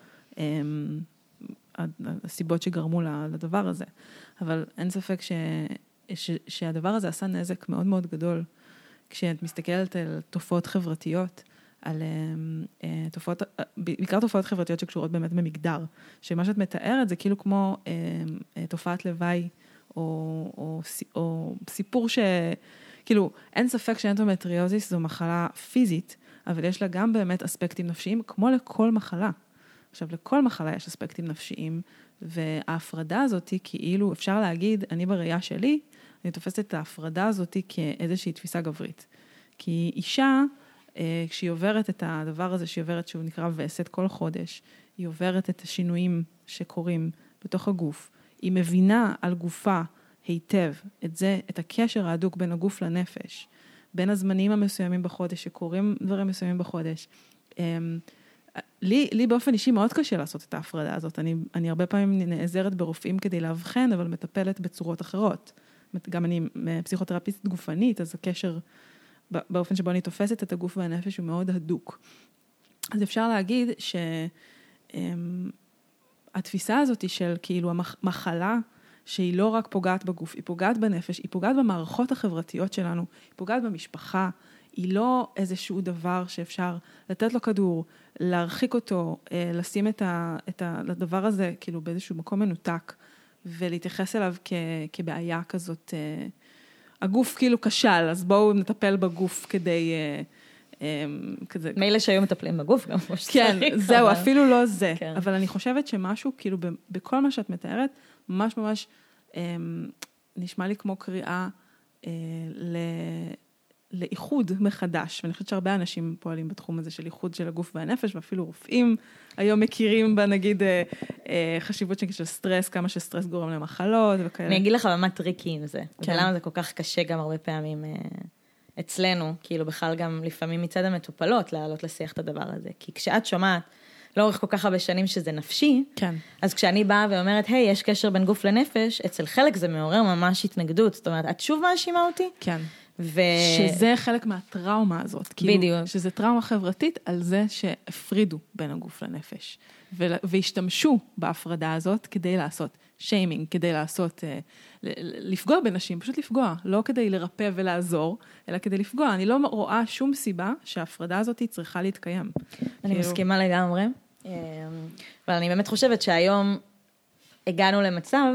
הסיבות שגרמו לדבר הזה, אבל אין ספק שהדבר הזה עשה נזק מאוד מאוד גדול, כשאת מסתכלת על תופעות חברתיות, על תופעות, בעיקר תופעות חברתיות שקשורות באמת במגדר, שמה שאת מתארת זה כאילו כמו תופעת לוואי, או סיפור כאילו, אין ספק שאנדומטריוזיס זו מחלה פיזית, אבל יש לה גם באמת אספקטים נפשיים, כמו לכל מחלה. עכשיו, לכל מחלה יש אספקטים נפשיים, וההפרדה הזאת, כאילו, אפשר להגיד, אני בראייה שלי, אני תופסת את ההפרדה הזאת כאיזושהי תפיסה גברית. כי אישה, כשהיא עוברת את הדבר הזה, שהיא עוברת, שהוא נקרא וסת כל חודש, היא עוברת את השינויים שקורים בתוך הגוף, היא מבינה על גופה היטב את זה, את הקשר ההדוק בין הגוף לנפש, בין הזמנים המסוימים בחודש, שקורים דברים מסוימים בחודש. לי באופן אישי מאוד קשה לעשות את ההפרדה הזאת. אני הרבה פעמים נעזרת ברופאים כדי להבחן, אבל מטפלת בצורות אחרות. גם אני פסיכותרפיסטית גופנית, אז הקשר באופן שבו אני תופסת את הגוף והנפש הוא מאוד הדוק. אז אפשר להגיד שהתפיסה הזאת של כאילו המחלה, שהיא לא רק פוגעת בגוף, היא פוגעת בנפש, היא פוגעת במערכות החברתיות שלנו, היא פוגעת במשפחה, היא לא איזשהו דבר שאפשר לתת לו כדור, להרחיק אותו, לשים את הדבר הזה כאילו באיזשהו מקום מנותק, ולהתייחס אליו כבעיה כזאת. הגוף כאילו כשל, אז בואו נטפל בגוף כדי כזה. מילא שהיום מטפלים בגוף גם כמו שצריך. כן, זהו, אפילו לא זה. אבל אני חושבת שמשהו כאילו בכל מה שאת מתארת, ממש נשמע לי כמו קריאה לאיחוד מחדש, ואני חושבת שהרבה אנשים פועלים בתחום הזה של איחוד של הגוף והנפש, ואפילו רופאים היום מכירים בה, נגיד, חשיבות של סטרס, כמה שסטרס גורם למחלות וכאלה. אני אגיד לך מה טריקי עם זה, ולמה זה כל כך קשה גם הרבה פעמים אצלנו, כאילו בכלל גם לפעמים מצד המטופלות להעלות לשיח את הדבר הזה, כי כשאת שומעת, לאורך כל כך הרבה שנים שזה נפשי, כן. אז כשאני באה ואומרת, היי, יש קשר בין גוף לנפש, אצל חלק זה מעורר ממש התנגדות, זאת אומרת, את שוב מאשימה אותי? כן. שזה חלק מהטראומה הזאת. כאילו, בדיוק. שזה טראומה חברתית על זה שהפרידו בין הגוף לנפש. והשתמשו בהפרדה הזאת כדי לעשות שיימינג, כדי לעשות, לפגוע בנשים, פשוט לפגוע. לא כדי לרפא ולעזור, אלא כדי לפגוע. אני לא רואה שום סיבה שההפרדה הזאת צריכה להתקיים. אני מסכימה לגמרי. אבל אני באמת חושבת שהיום הגענו למצב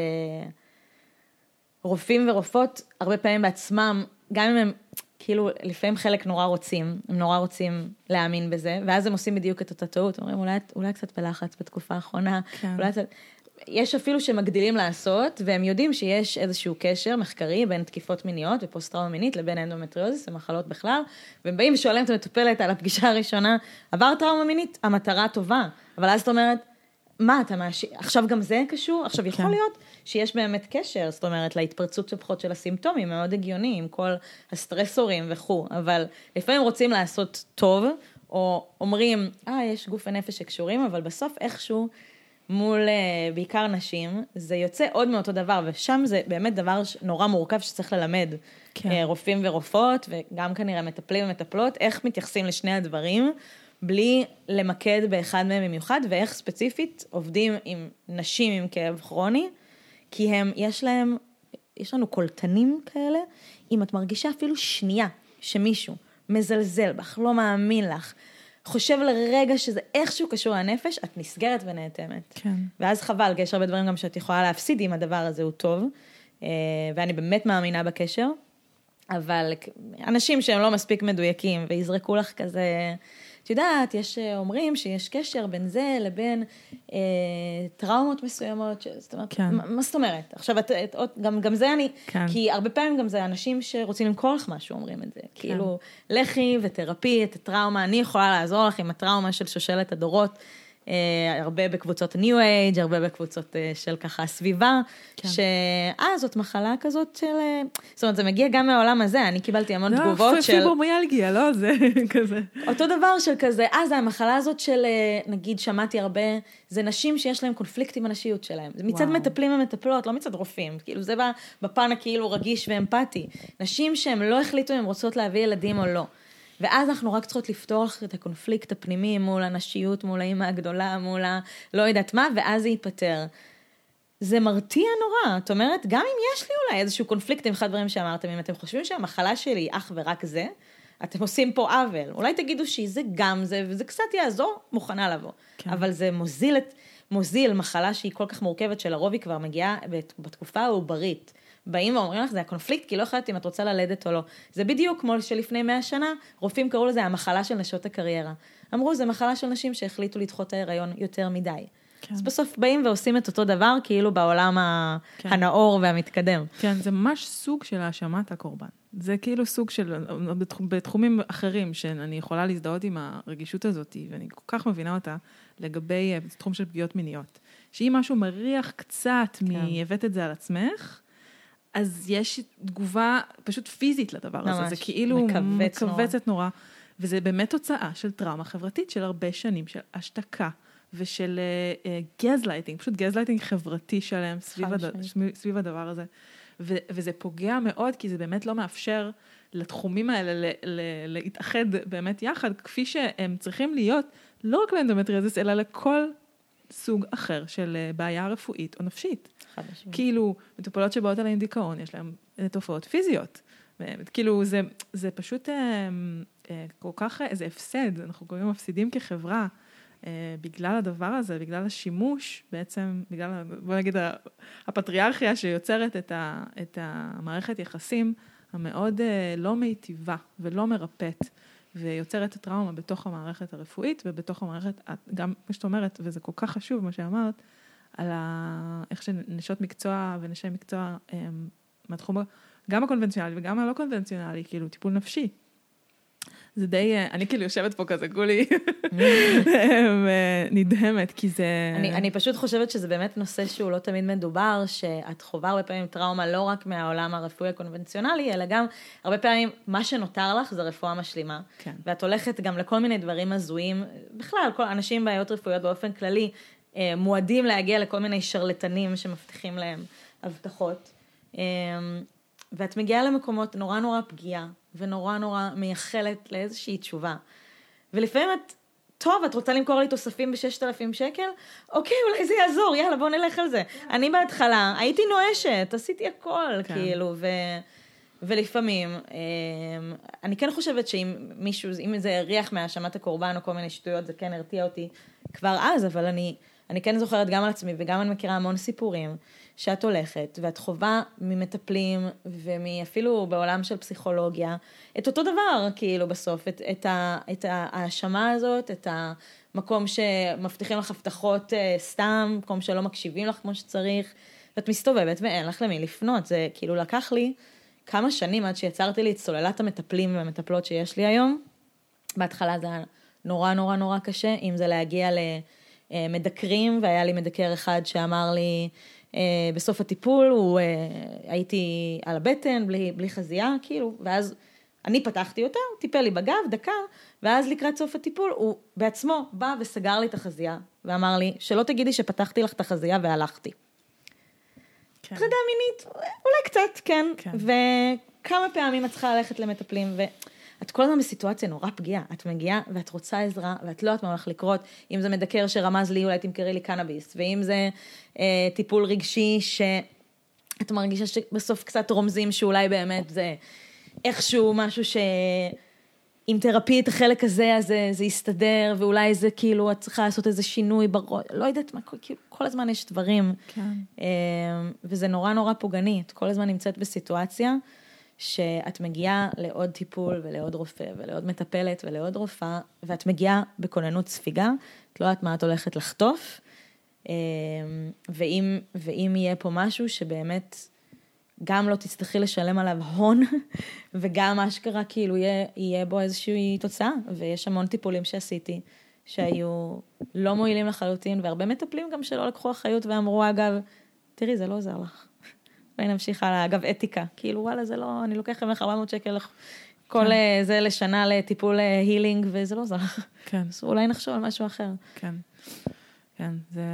רופאים ורופאות, הרבה פעמים בעצמם, גם אם הם, כאילו, לפעמים חלק נורא רוצים, הם נורא רוצים להאמין בזה, ואז הם עושים בדיוק את אותה טעות, אומרים, אולי קצת בלחץ בתקופה האחרונה, כן. אולי קצת, יש אפילו שמגדילים לעשות, והם יודעים שיש איזשהו קשר מחקרי בין תקיפות מיניות ופוסט-טראומה מינית לבין אנדומטריוזיס ומחלות בכלל, והם באים ושואלים את המטופלת על הפגישה הראשונה, עבר טראומה מינית, המטרה טובה, אבל אז את אומרת, מה אתה עכשיו גם זה קשור? עכשיו יכול להיות שיש באמת קשר, זאת אומרת, להתפרצות לפחות של הסימפטומים, מאוד הגיוני, עם כל הסטרסורים וכו', אבל לפעמים רוצים לעשות טוב, או אומרים, יש גוף ונפש שקשורים, אבל בסוף איכשהו מול בעיקר נשים, זה יוצא עוד מאותו דבר, ושם זה באמת דבר נורא מורכב שצריך ללמד. כן. רופאים ורופאות, וגם כנראה מטפלים ומטפלות, איך מתייחסים לשני הדברים, בלי למקד באחד מהם במיוחד, ואיך ספציפית עובדים עם נשים עם כאב כרוני, כי יש לנו קולטנים כאלה, אם את מרגישה אפילו שנייה שמישהו מזלזל בך, לא מאמין לך, חושב לרגע שזה איכשהו קשור לנפש, את נסגרת ונאטמת. כן. ואז חבל, כי יש הרבה דברים גם שאת יכולה להפסיד אם הדבר הזה הוא טוב, ואני באמת מאמינה בקשר, אבל אנשים שהם לא מספיק מדויקים, ויזרקו לך כזה, את יודעת, אומרים שיש קשר בין זה לבין טראומות מסוימות, זאת אומרת, כן. מה זאת אומרת? עכשיו, גם זה אני, כן. כי הרבה פעמים גם זה אנשים שרוצים למכור לך משהו, אומרים את זה. כן. כאילו, לכי ותרפי את הטראומה, אני יכולה לעזור לך עם הטראומה של שושלת הדורות, הרבה בקבוצות ניו אייג', הרבה בקבוצות של ככה הסביבה, כן. זאת מחלה כזאת של, זאת אומרת, זה מגיע גם מהעולם הזה, אני קיבלתי המון תגובות של... פיברומיאלגיה, לא, זה כזה. אותו דבר של כזה, זה המחלה הזאת של, נגיד, שמעתי הרבה, זה נשים שיש להם קונפליקט עם הנשיות שלהם, זה מצד מטפלים ומטפלות, לא מצד רופאים, כאילו זה בפן הכאילו רגיש ואמפתי, נשים שהם לא החליטו אם הם רוצות להביא ילדים או לא, ואז אנחנו רק צריכות לפתוח את הקונפליקט הפנימי מול הנשיות, מול האמא הגדולה, מול לא יודעת מה, ואז זה ייפטר. זה מרתיע נורא. זאת אומרת, גם אם יש לי אולי איזשהו קונפליקט עם אחד דברים שאמרתם, אם אתם חושבים שהמחלה שלי היא אך ורק זה, אתם עושים פה עוול. אולי תגידו שזה גם זה, וזה קצת יעזור, מוכנה לבוא. כן. אבל זה מוזיל מחלה שהיא כל כך מורכבת, שלרוב היא כבר מגיעה בתקופה העוברית. באים ואומרים לך, זה הקונפליקט, כי לא יכולת אם את רוצה ללדת או לא. זה בדיוק כמו שלפני 100 שנה, רופאים קראו לזה המחלה של נשות הקריירה. אמרו, זה מחלה של נשים שהחליטו לדחות ההיריון יותר מדי. כן. אז בסוף באים ועושים את אותו דבר, כאילו בעולם כן. הנאור והמתקדם. כן, זה ממש סוג של האשמת הקורבן. זה כאילו סוג של, בתחומים אחרים, שאני יכולה להזדהות עם הרגישות הזאת, ואני כל כך מבינה אותה, לגבי תחום של פגיעות מיניות. שאם משהו מריח קצת מהבאת את זה על עצמך, אז יש תגובה פשוט פיזית לדבר הזה, זה כאילו מקבצת נורא, וזה באמת תוצאה של טראומה חברתית, של הרבה שנים, של השתקה, ושל גזלייטינג, פשוט גזלייטינג חברתי שלהם, סביב הדבר הזה, וזה פוגע מאוד, כי זה באמת לא מאפשר לתחומים האלה להתאחד באמת יחד, כפי שהם צריכים להיות, לא רק לאנדומטריוזיס, אלא לכל סוג אחר של בעיה רפואית או נפשית. כאילו, מטופלות שבאות עליהן דיכאון, יש להן תופעות פיזיות. כאילו, זה פשוט כל כך איזה הפסד, אנחנו קוראים מפסידים כחברה, בגלל הדבר הזה, בגלל השימוש, בעצם, בגלל, בוא נגיד, הפטריארכיה שיוצרת את המערכת יחסים, המאוד לא מיטיבה ולא מרפאת, ויוצרת הטראומה בתוך המערכת הרפואית, ובתוך המערכת, גם מה שאת אומרת, וזה כל כך חשוב, מה שאמרת, על איך שנשות מקצוע ונשי מקצוע מהתחום, גם הקונבנציונלי וגם הלא קונבנציונלי, כאילו טיפול נפשי. זה די, אני כאילו יושבת פה כזה גולי נדהמת, כי זה... אני פשוט חושבת שזה באמת נושא שהוא לא תמיד מדובר, שאת חובה הרבה פעמים טראומה לא רק מהעולם הרפואי הקונבנציונלי, אלא גם הרבה פעמים מה שנותר לך זה רפואה משלימה. כן. ואת הולכת גם לכל מיני דברים הזויים, בכלל, כל אנשים בעיות רפואיות באופן כללי, מועדים להגיע לכל מיני שרלטנים שמבטיחים להם הבטחות. ואת מגיעה למקומות נורא נורא פגיעה, ונורא נורא מייחלת לאיזושהי תשובה. ולפעמים את רוצה למכור לי תוספים ב6,000 שקל? אוקיי, אולי זה יעזור, יאללה, בוא נלך על זה. אני בהתחלה, הייתי נואשת, עשיתי הכל, כאילו, ולפעמים, אני כן חושבת שאם מישהו, אם זה הריח מהאשמת הקורבן או כל מיני שטויות, זה כן הרתיע אותי כבר אז, אבל אני כן זוכרת גם על עצמי, וגם אני מכירה המון סיפורים, שאת הולכת, ואת חובה ממטפלים, ומאפילו בעולם של פסיכולוגיה, את אותו דבר, כאילו בסוף, את האשמה הזאת, את המקום שמבטיחים לך הבטחות סתם, מקום שלא מקשיבים לך כמו שצריך, ואת מסתובבת ואין לך למי לפנות. זה כאילו לקח לי כמה שנים עד שיצרתי לי את סוללת המטפלים והמטפלות שיש לי היום. בהתחלה זה היה נורא נורא נורא קשה, אם זה להגיע למדקרים, והיה לי מדקר אחד שאמר לי, בסוף הטיפול, הייתי על הבטן, בלי חזייה, כאילו, ואז אני פתחתי אותה, הוא טיפל לי בגב, דקה, ואז לקראת סוף הטיפול, הוא בעצמו בא וסגר לי את החזייה, ואמר לי, שלא תגידי שפתחתי לך את החזייה והלכתי. כן. הטרדה מינית, אולי קצת, כן. כן. וכמה פעמים את צריכה ללכת למטפלים, ואת כל הזמן בסיטואציה נורא פגיעה. את מגיעה ואת רוצה עזרה, ואת לא יודעת מה הולך לקרות. אם זה מדקר שרמז לי, אולי תמכרי לי קנאביס. ואם זה טיפול רגשי שאת מרגישה שבסוף קצת רומזים שאולי באמת זה איכשהו משהו עם תרפי את החלק הזה, אז זה יסתדר, ואולי זה כאילו, את צריכה לעשות איזה שינוי בראש, לא יודעת מה, כאילו, כל הזמן יש דברים. כן. וזה נורא נורא פוגעני. את כל הזמן נמצאת בסיטואציה, שאת מגיעה לעוד טיפול, ולעוד רופא, ולעוד מטפלת, ולעוד רופאה, ואת מגיעה בכוננות ספיגה, את לא יודעת מה את הולכת לחטוף, ואם יהיה פה משהו שבאמת, גם לא תצטרכי לשלם עליו הון, וגם אשכרה כאילו יהיה בו איזושהי תוצאה, ויש המון טיפולים שעשיתי, שהיו לא מועילים לחלוטין, והרבה מטפלים גם שלא לקחו אחריות, ואמרו אגב, תראי זה לא עוזר לך, ונמשיך הלאה, אגב אתיקה, כאילו וואלה זה לא, אני לוקח ממך 400 שקל, כל זה לשנה לטיפול הילינג, וזה לא עוזר לך. כן. אז אולי נחשוב על משהו אחר. כן. כן, זה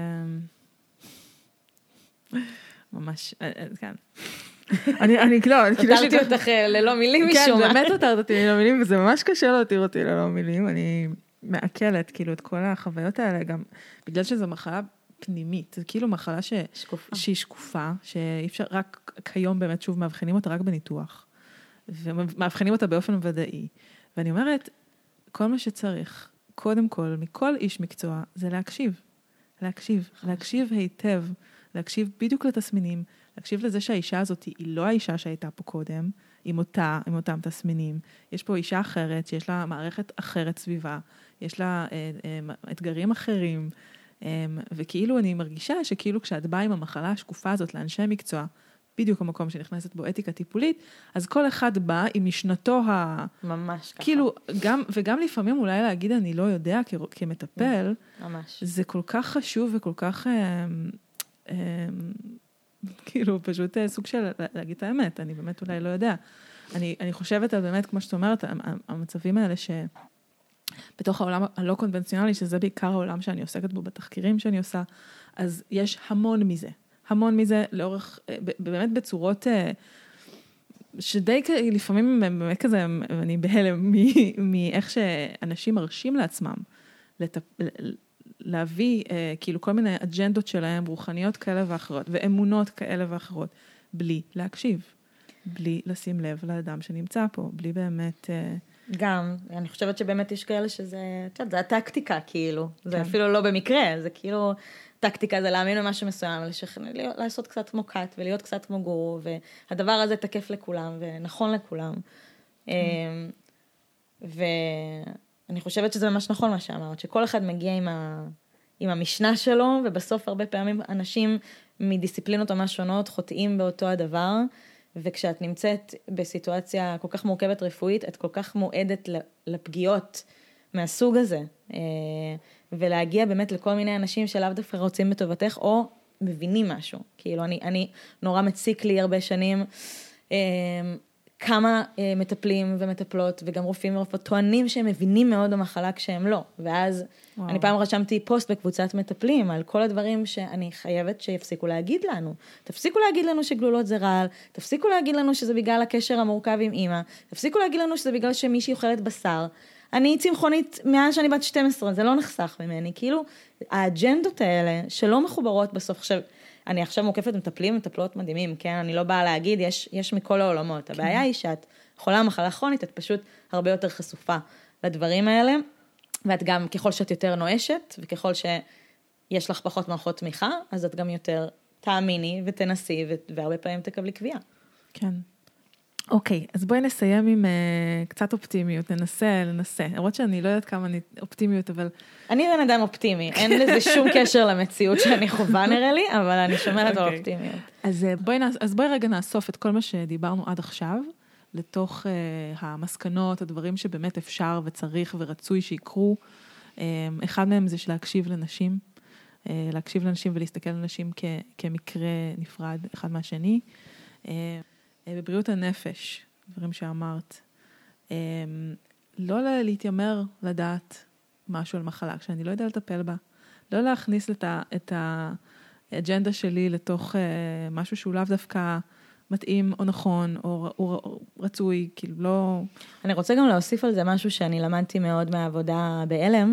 ממש, כן. אני לא, הותרתי אותך ללא מילים משום מה. כן, באמת הותרת אותי ללא מילים, וזה ממש קשה להותיר אותי ללא מילים. אני מעכלת, כאילו, את כל החוויות האלה, גם בגלל שזו מחלה פנימית, זה כאילו מחלה שהיא שקופה, שאי אפשר, רק כיום באמת שוב מאבחנים אותה רק בניתוח, ומאבחנים אותה באופן ודאי. ואני אומרת, כל מה שצריך, קודם כל, מכל איש מקצוע, זה להקשיב היטב, להקשיב בדיוק לתסמינים, להקשיב לזה שהאישה הזאת היא לא האישה שהייתה פה קודם, עם אותם תסמינים. יש פה אישה אחרת, שיש לה מערכת אחרת סביבה, יש לה אתגרים אחרים, וכאילו אני מרגישה שכאילו כשאת באה עם המחלה השקופה הזאת לאנשי מקצוע, בדיוק המקום שנכנסת בו אתיקה טיפולית, אז כל אחד בא עם משנתו ממש ככה. כאילו, וגם לפעמים אולי להגיד אני לא יודע כמטפל, ממש. זה כל כך חשוב וכל כך כאילו, פשוט סוג של להגיד את האמת, אני באמת אולי לא יודע. אני חושבת על באמת, כמו שאת אומרת, המצבים האלה שבתוך העולם הלא קונבנציונלי, שזה בעיקר העולם שאני עוסקת בו בתחקירים שאני עושה, אז יש המון מזה לאורך, באמת בצורות שדי לפעמים באמת כזה, אני בהלם מאיך שאנשים מרשים לעצמם להביא כאילו כל מיני אג'נדות שלהם, רוחניות כאלה ואחרות, ואמונות כאלה ואחרות, בלי להקשיב, בלי לשים לב לאדם שנמצא פה, בלי באמת גם, אני חושבת שבאמת יש כאלה שזה, את יודעת, זה הטקטיקה כאילו, זה אפילו לא במקרה, זה כאילו, טקטיקה זה להאמין במשהו מסוים, לעשות קצת כמו קאט, ולהיות קצת כמו גורו, והדבר הזה תקף לכולם, ונכון לכולם. ואני חושבת שזה ממש נכון מה שאמרת, שכל אחד מגיע עם המשנה שלו, ובסוף הרבה פעמים אנשים מדיסציפלינות או מה שונות חוטאים באותו הדבר, וכשאת נמצאת בסיטואציה כל כך מורכבת רפואית, את כל כך מועדת לפגיעות מהסוג הזה, ולהגיע באמת לכל מיני אנשים שלאו דווקא רוצים בטובתך, או מבינים משהו. כאילו, אני נורא מציק לי הרבה שנים, כמה מטפלים ומטפלות, וגם רופאים ורופאות, טוענים שהם מבינים מאוד במחלה כשהם לא. ואז אני פעם רשמתי פוסט בקבוצת מטפלים, על כל הדברים שאני חייבת שיפסיקו להגיד לנו. תפסיקו להגיד לנו שגלולות זה רעל, תפסיקו להגיד לנו שזה בגלל הקשר המורכב עם אמא, תפסיקו להגיד לנו שזה בגלל שמישהי אוכלת בשר. אני צמחונית מאז שאני בת 12, זה לא נחסך ממני. כאילו, האג'נדות האלה שלא מחוברות בסוף, אני עכשיו מוקפת מטפלות מדהימים, כן? אני לא באה להגיד, יש מכל העולמות. הבעיה היא שאת חולה מחלה כרונית, את פשוט הרבה יותר חשופה לדברים האלה, ואת גם, ככל שאת יותר נואשת, וככל שיש לך פחות מערכות תמיכה, אז את גם יותר תאמיני ותנסי, והרבה פעמים תקבלי קביעה. כן. אוקיי, אז בואי נסיים עם קצת אופטימיות, ננסה. למרות שאני לא יודעת כמה אני אופטימיות, אבל אני בן אדם אופטימי, אין לזה שום קשר למציאות שאני חובה נראה לי, אבל אני שומרת על אופטימיות. אז בואי רגע נאסוף את כל מה שדיברנו עד עכשיו, לתוך המסקנות, הדברים שבאמת אפשר וצריך ורצוי שיקרו. אחד מהם זה להקשיב לנשים, ולהסתכל על נשים כמקרה נפרד אחד מהשני. בבריאות הנפש, דברים שאמרת, לא להתיימר לדעת משהו על מחלה, כשאני לא יודע לטפל בה, לא להכניס את האג'נדה שלי לתוך משהו שהוא לאו דווקא מתאים או נכון או רצוי, כאילו לא... אני רוצה גם להוסיף על זה משהו שאני למדתי מאוד מהעבודה באלם,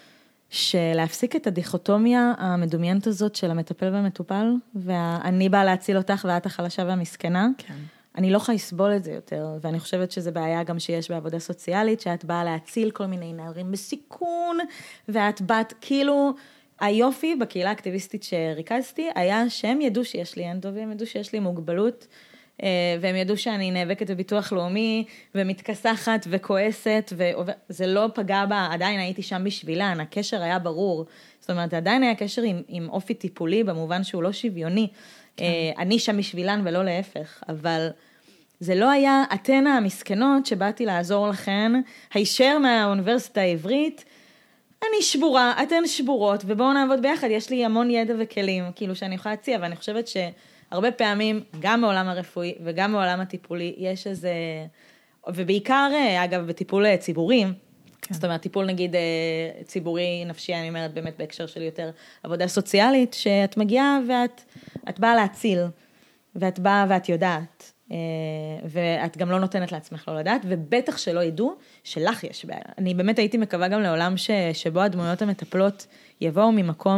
שלהפסיק את הדיכוטומיה המדומיינת הזאת של המטפל והמטופל, ואני באה להציל אותך ואת החלשה והמסכנה. כן. אני לא יכולה לסבול את זה יותר, ואני חושבת שזה בעיה גם שיש בעבודה סוציאלית, שאת באה להציל כל מיני נערים בסיכון, ואת באת, כאילו, היופי בקהילה האקטיביסטית שריכזתי, היה שהם ידעו שיש לי אנדו, והם ידעו שיש לי מוגבלות, והם ידעו שאני נאבקת בביטוח לאומי, ומתכסחת וכועסת, וזה לא פגע בה, עדיין הייתי שם בשבילן, הקשר היה ברור, זאת אומרת, עדיין היה קשר עם אופי טיפולי, במובן שהוא לא שוויוני, אני שם בשבילן ולא להפך, אבל זה לא היה אתן המסכנות שבאתי לעזור לכן, הישר מהאוניברסיטה העברית, אני שבורה, אתן שבורות, ובואו נעבוד ביחד, יש לי המון ידע וכלים, כאילו שאני יכולה להציע, ואני חושבת שהרבה פעמים, גם בעולם הרפואי וגם בעולם הטיפולי, יש איזה, ובעיקר, אגב, בטיפול ציבורי, כן. זאת אומרת, טיפול נגיד ציבורי נפשי, אני אומרת באמת בהקשר של יותר עבודה סוציאלית, שאת מגיעה ואת באה להציל, ואת באה ואת יודעת, ואת גם לא נותנת לעצמך לא לדעת, ובטח שלא ידעו שלך יש בעיה. אני באמת הייתי מקווה גם לעולם שבו הדמויות המטפלות יבואו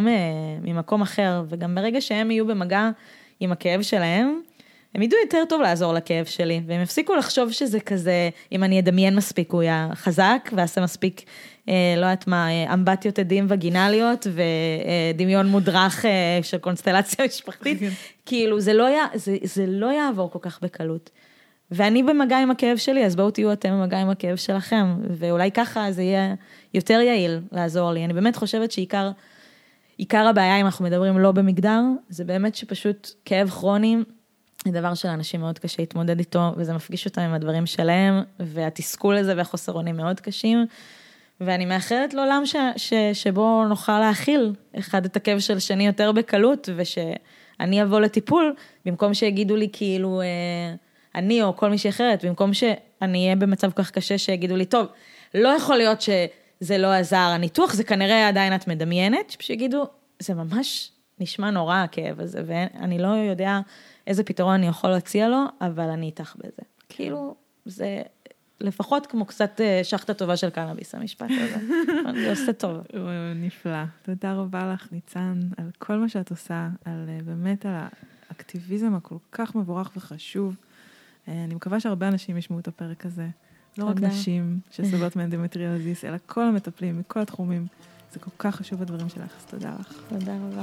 ממקום אחר, וגם ברגע שהם יהיו במגע עם הכאב שלהם, הם ידעו יותר טוב לעזור לכאב שלי, והם הפסיקו לחשוב שזה כזה, אם אני אדמיין מספיק, הוא יהיה חזק, ועשה מספיק, לא יודעת מה, אמבטיות עדים וגינליות, ודמיון מודרך של קונסטלציה משפחתית, כאילו זה לא יעבור כל כך בקלות. ואני במגע עם הכאב שלי, אז בואו תהיו אתם במגע עם הכאב שלכם, ואולי ככה זה יהיה יותר יעיל לעזור לי. אני באמת חושבת שעיקר הבעיה, אם אנחנו מדברים לא במגדר, זה באמת שפשוט כאב כרוני, זה דבר שלאנשים מאוד קשה להתמודד איתו, וזה מפגיש אותם עם הדברים שלהם, והתסכול הזה והחוסר אונים מאוד קשים, ואני מאחלת לעולם שבו נוכל להכיל אחד את הכאב של שני יותר בקלות, ושאני אבוא לטיפול, במקום שיגידו לי כאילו, אני או כל מישהי אחרת, במקום שאני אהיה במצב כך קשה שיגידו לי, טוב, לא יכול להיות שזה לא עזר, הניתוח זה כנראה עדיין את מדמיינת, שיגידו, זה ממש נשמע נורא הכאב הזה, ואני לא יודע איזה פתרון אני יכול להציע לו, אבל אני איתך בזה. כאילו, זה לפחות כמו קצת שחטה טובה של קנאביס, המשפט הזה. זה עושה טוב. נפלא. תודה רבה לך, ניצן, על כל מה שאת עושה, באמת על האקטיביזם הכל כך מבורך וחשוב. אני מקווה שהרבה אנשים ישמעו את הפרק הזה. לא רק נשים שסובלות מאנדומטריוזיס, אלא כל המטפלים, מכל התחומים. זה כל כך חשוב הדברים שלך, אז תודה לך. תודה רבה.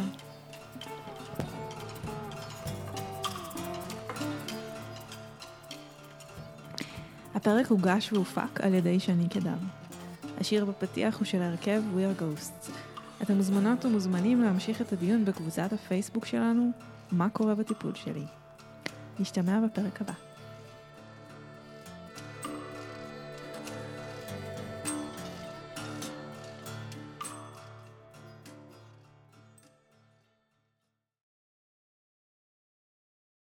הפרק הוגש והופק על ידי שני קדם. השיר בפתיח הוא של הרכב We Are Ghosts. אתם מוזמנות ומוזמנים להמשיך את הדיון בקבוצת הפייסבוק שלנו, מה קורה בטיפול שלי. נשתמע בפרק הבא.